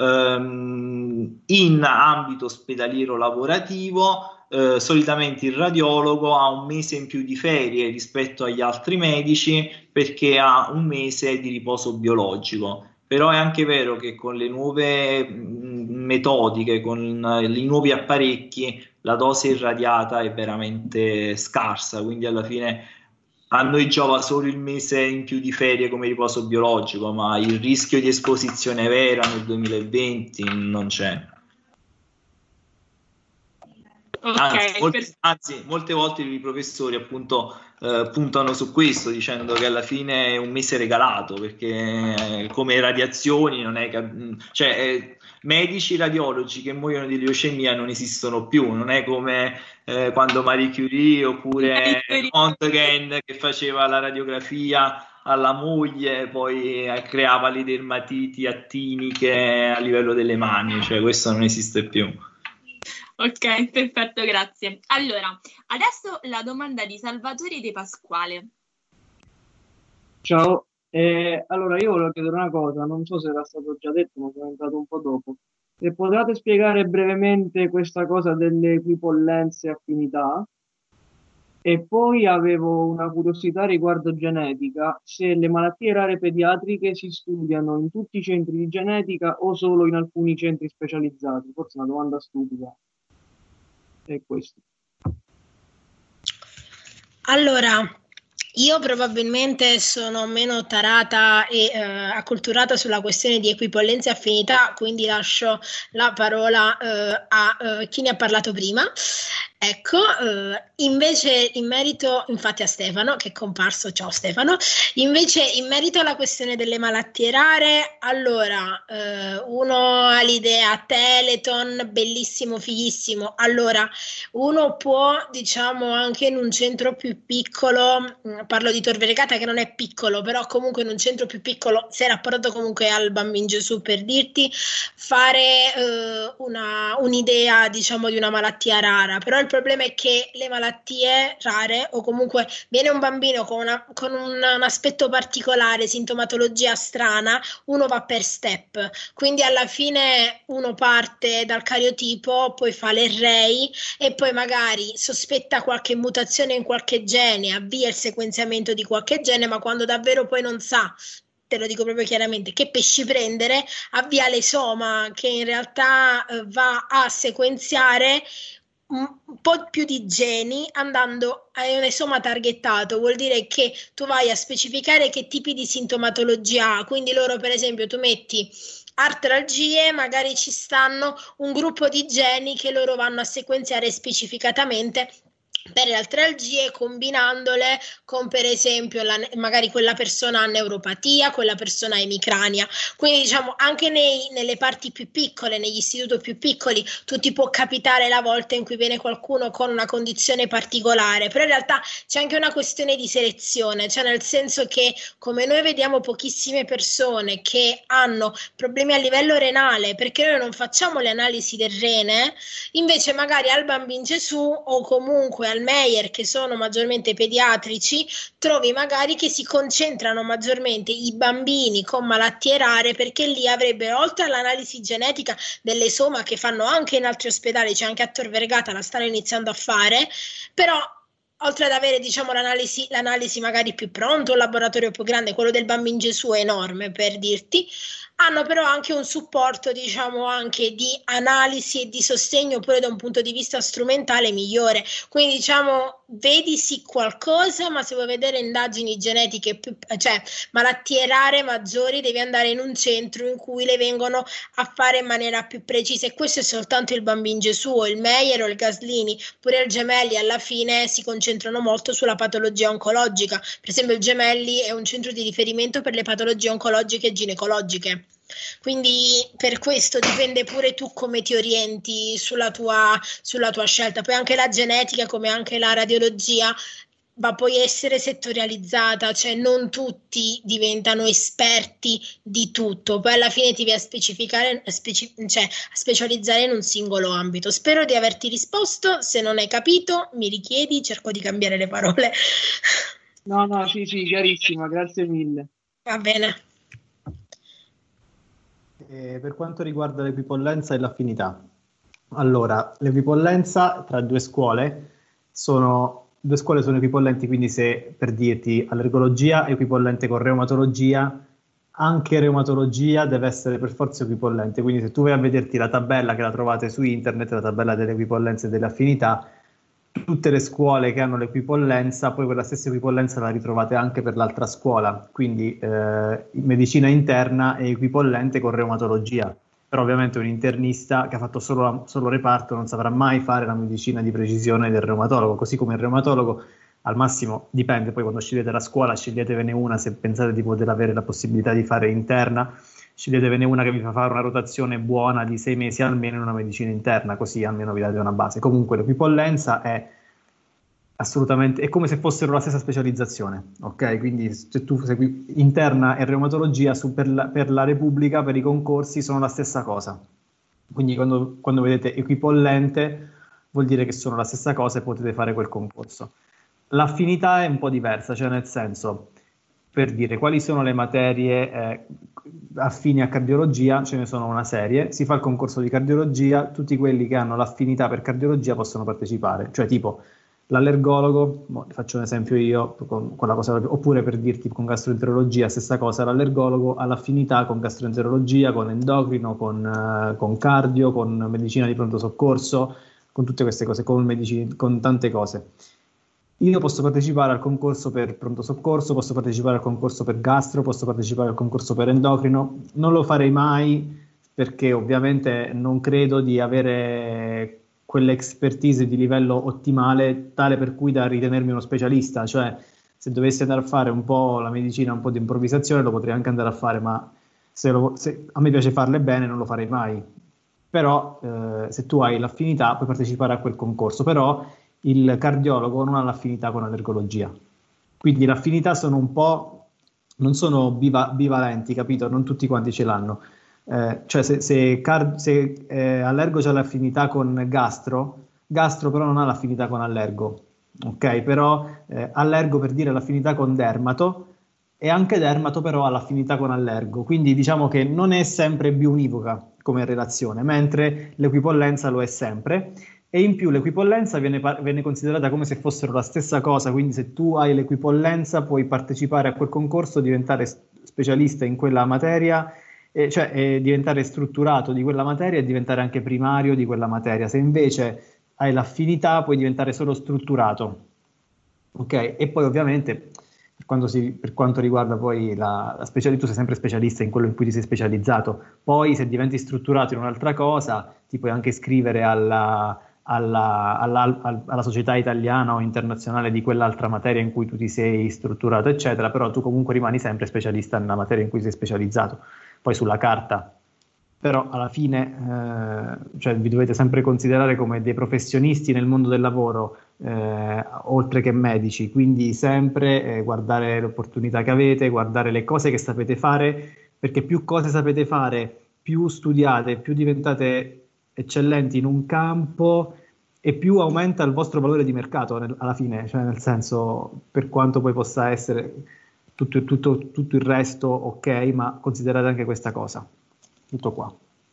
Um, in ambito ospedaliero lavorativo, Eh, solitamente il radiologo ha un mese in più di ferie rispetto agli altri medici, perché ha un mese di riposo biologico. Però è anche vero che con le nuove mh, metodiche, con i nuovi apparecchi, la dose irradiata è veramente scarsa, quindi alla fine a noi giova solo il mese in più di ferie come riposo biologico, ma il rischio di esposizione vera nel duemilaventi non c'è. Okay, anzi, molti, per... anzi, molte volte i professori appunto eh, puntano su questo, dicendo che alla fine è un mese regalato, perché eh, come radiazioni non è che, cioè, eh, medici radiologi che muoiono di leucemia non esistono più, non è come eh, quando Marie Curie oppure Röntgen che faceva la radiografia alla moglie, poi eh, creava le dermatiti attiniche a livello delle mani, cioè questo non esiste più. Ok, perfetto, grazie. Allora, adesso la domanda di Salvatore De Pasquale. Ciao, eh, allora io volevo chiedere una cosa, non so se era stato già detto, ma sono entrato un po' dopo. Se potete spiegare brevemente questa cosa delle equipollenze e affinità? E poi avevo una curiosità riguardo genetica, se le malattie rare pediatriche si studiano in tutti i centri di genetica o solo in alcuni centri specializzati? Forse è una domanda stupida. È questo. Allora, io probabilmente sono meno tarata e eh, acculturata sulla questione di equipollenza e affinità, quindi lascio la parola eh, a eh, chi ne ha parlato prima. Ecco, eh, invece in merito, infatti a Stefano, che è comparso, ciao Stefano, invece in merito alla questione delle malattie rare, allora, eh, uno ha l'idea Teleton, bellissimo, fighissimo, allora, uno può, diciamo, anche in un centro più piccolo, parlo di Tor Vergata che non è piccolo, però comunque in un centro più piccolo, se rapporto comunque al Bambino Gesù per dirti, fare eh, una, un'idea, diciamo, di una malattia rara, però il problema è che le malattie rare, o comunque viene un bambino con, una, con un, un aspetto particolare, sintomatologia strana, uno va per step, quindi alla fine uno parte dal cariotipo, poi fa l'array e poi magari sospetta qualche mutazione in qualche gene, avvia il sequenziamento di qualche gene, ma quando davvero poi non sa, te lo dico proprio chiaramente, che pesci prendere, avvia l'esoma che in realtà eh, va a sequenziare un po' più di geni andando a un esoma targettato, vuol dire che tu vai a specificare che tipi di sintomatologia ha, quindi loro per esempio tu metti artralgie, magari ci stanno un gruppo di geni che loro vanno a sequenziare specificatamente per le artralgie, combinandole con per esempio la, magari quella persona ha neuropatia, quella persona ha emicrania. Quindi diciamo anche nei, nelle parti più piccole, negli istituti più piccoli, tu ti può capitare la volta in cui viene qualcuno con una condizione particolare, però in realtà c'è anche una questione di selezione, cioè nel senso che come noi vediamo pochissime persone che hanno problemi a livello renale, perché noi non facciamo le analisi del rene, invece magari al Bambin Gesù o comunque al Meyer, che sono maggiormente pediatrici, trovi magari che si concentrano maggiormente i bambini con malattie rare, perché lì avrebbero, oltre all'analisi genetica dell'esoma che fanno anche in altri ospedali, c'è anche a Tor Vergata, la stanno iniziando a fare, però oltre ad avere diciamo l'analisi, l'analisi magari più pronto, un laboratorio più grande, quello del Bambin Gesù è enorme per dirti, hanno però anche un supporto diciamo anche di analisi e di sostegno pure da un punto di vista strumentale migliore. Quindi diciamo vedi sì qualcosa, ma se vuoi vedere indagini genetiche più, cioè malattie rare maggiori, devi andare in un centro in cui le vengono a fare in maniera più precisa, e questo è soltanto il Bambin Gesù o il Meyer o il Gaslini. Pure il Gemelli alla fine si concentrano molto sulla patologia oncologica. Per esempio il Gemelli è un centro di riferimento per le patologie oncologiche e ginecologiche. Quindi per questo dipende pure tu come ti orienti sulla tua, sulla tua scelta. Poi anche la genetica, come anche la radiologia, va poi essere settorializzata, cioè non tutti diventano esperti di tutto, poi alla fine ti vai a specificare, speci- cioè a specializzare in un singolo ambito. Spero di averti risposto, se non hai capito mi richiedi, cerco di cambiare le parole. No, no, sì, sì, chiarissima, grazie mille. Va bene. E per quanto riguarda l'equipollenza e l'affinità, allora l'equipollenza tra due scuole sono due scuole sono equipollenti, quindi se per dirti allergologia è equipollente con reumatologia, anche reumatologia deve essere per forza equipollente, quindi se tu vai a vederti la tabella che la trovate su internet, la tabella delle equipollenze e delle affinità, tutte le scuole che hanno l'equipollenza, poi quella stessa equipollenza la ritrovate anche per l'altra scuola, quindi eh, medicina interna è equipollente con reumatologia, però ovviamente un internista che ha fatto solo, solo reparto non saprà mai fare la medicina di precisione del reumatologo, così come il reumatologo al massimo dipende, poi quando scegliete la scuola sceglietevene una se pensate di poter avere la possibilità di fare interna, sceglietevene una che vi fa fare una rotazione buona di sei mesi almeno in una medicina interna, così almeno vi date una base. Comunque l'equipollenza è assolutamente, è come se fossero la stessa specializzazione, ok? Quindi se tu segui interna e reumatologia su, per, la, per la Repubblica, per i concorsi sono la stessa cosa. Quindi quando, quando vedete equipollente vuol dire che sono la stessa cosa e potete fare quel concorso. L'affinità è un po' diversa, cioè nel senso, per dire quali sono le materie eh, affini a cardiologia, ce ne sono una serie, si fa il concorso di cardiologia, tutti quelli che hanno l'affinità per cardiologia possono partecipare, cioè tipo l'allergologo, boh, faccio un esempio io, con, con la cosa, oppure per dirti con gastroenterologia, stessa cosa, l'allergologo ha l'affinità con gastroenterologia, con endocrino, con, uh, con cardio, con medicina di pronto soccorso, con tutte queste cose, con, medicina, con tante cose. Io posso partecipare al concorso per pronto soccorso, posso partecipare al concorso per gastro, posso partecipare al concorso per endocrino, non lo farei mai perché ovviamente non credo di avere quell'expertise di livello ottimale tale per cui da ritenermi uno specialista, cioè se dovessi andare a fare un po' la medicina, un po' di improvvisazione lo potrei anche andare a fare, ma se, lo, se a me piace farle bene non lo farei mai, però eh, se tu hai l'affinità puoi partecipare a quel concorso, però il cardiologo non ha l'affinità con l'allergologia, quindi l'affinità sono un po', non sono biva, bivalenti, capito? Non tutti quanti ce l'hanno. Eh, cioè se, se, car- se eh, allergo c'ha l'affinità con gastro, gastro però non ha l'affinità con allergo, ok? Però eh, allergo per dire l'affinità con dermato e anche dermato però ha l'affinità con allergo, quindi diciamo che non è sempre biunivoca come relazione, mentre l'equipollenza lo è sempre. E in più l'equipollenza viene, viene considerata come se fossero la stessa cosa, quindi se tu hai l'equipollenza puoi partecipare a quel concorso, diventare specialista in quella materia, eh, cioè eh, diventare strutturato di quella materia e diventare anche primario di quella materia. Se invece hai l'affinità puoi diventare solo strutturato, ok? E poi ovviamente per quanto, si, per quanto riguarda poi la, la specialità, tu sei sempre specialista in quello in cui ti sei specializzato, poi se diventi strutturato in un'altra cosa ti puoi anche iscrivere alla alla, alla, alla società italiana o internazionale di quell'altra materia in cui tu ti sei strutturato, eccetera, però tu comunque rimani sempre specialista nella materia in cui sei specializzato. Poi sulla carta, però alla fine eh, cioè vi dovete sempre considerare come dei professionisti nel mondo del lavoro, eh, oltre che medici, quindi sempre eh, guardare le opportunità che avete, guardare le cose che sapete fare, perché più cose sapete fare, più studiate, più diventate eccellenti in un campo e più aumenta il vostro valore di mercato nel, alla fine, cioè nel senso, per quanto poi possa essere tutto, tutto, tutto il resto ok, ma considerate anche questa cosa. Tutto qua.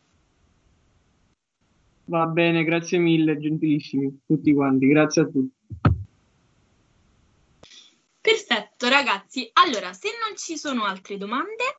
Va bene, grazie mille, gentilissimi tutti quanti, grazie a tutti. Perfetto, ragazzi. Allora, se non ci sono altre domande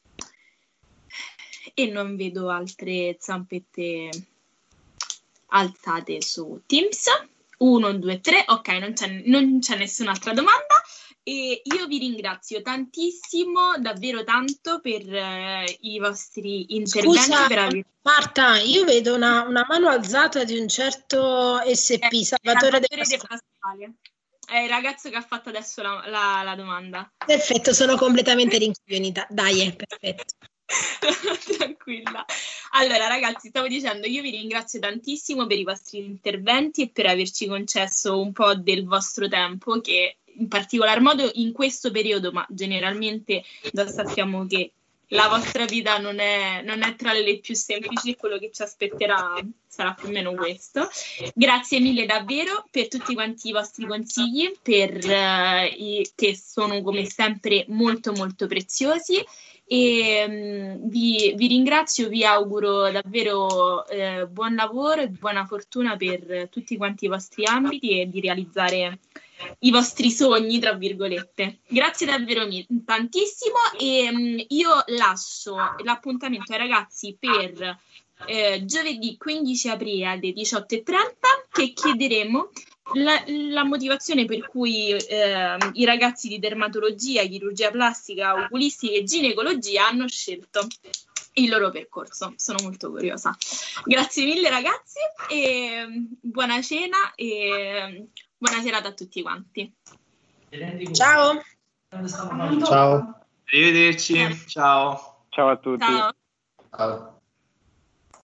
e non vedo altre zampette alzate su Teams, uno, due, tre, ok, non c'è, non c'è nessun'altra domanda. E io vi ringrazio tantissimo, davvero tanto, per eh, i vostri interventi. Scusa, per aver... Marta, io vedo una, una mano alzata di un certo S P, eh, Salvatore De Salvatore De Pasquale. È il ragazzo che ha fatto adesso la, la, la domanda. Perfetto, sono completamente rincoglionita. Dai, è perfetto. Tranquilla. Allora, ragazzi, stavo dicendo, io vi ringrazio tantissimo per i vostri interventi e per averci concesso un po' del vostro tempo, che in particolar modo in questo periodo, ma generalmente già sappiamo che la vostra vita non è, non è tra le più semplici e quello che ci aspetterà sarà più o meno questo. Grazie mille davvero per tutti quanti i vostri consigli, per, eh, i, che sono come sempre molto molto preziosi. E um, vi, vi ringrazio, vi auguro davvero eh, buon lavoro e buona fortuna per tutti quanti i vostri ambiti e di realizzare i vostri sogni, tra virgolette. Grazie davvero mi- tantissimo e um, io lascio l'appuntamento ai ragazzi per eh, giovedì quindici aprile alle diciotto e trenta, che chiederemo La, la motivazione per cui eh, i ragazzi di dermatologia, chirurgia plastica, oculistica e ginecologia hanno scelto il loro percorso. Sono molto curiosa. Grazie mille ragazzi e buona cena e buona serata a tutti quanti. Ciao. Ciao. Arrivederci. Ciao. Ciao a tutti. Ciao. Ciao.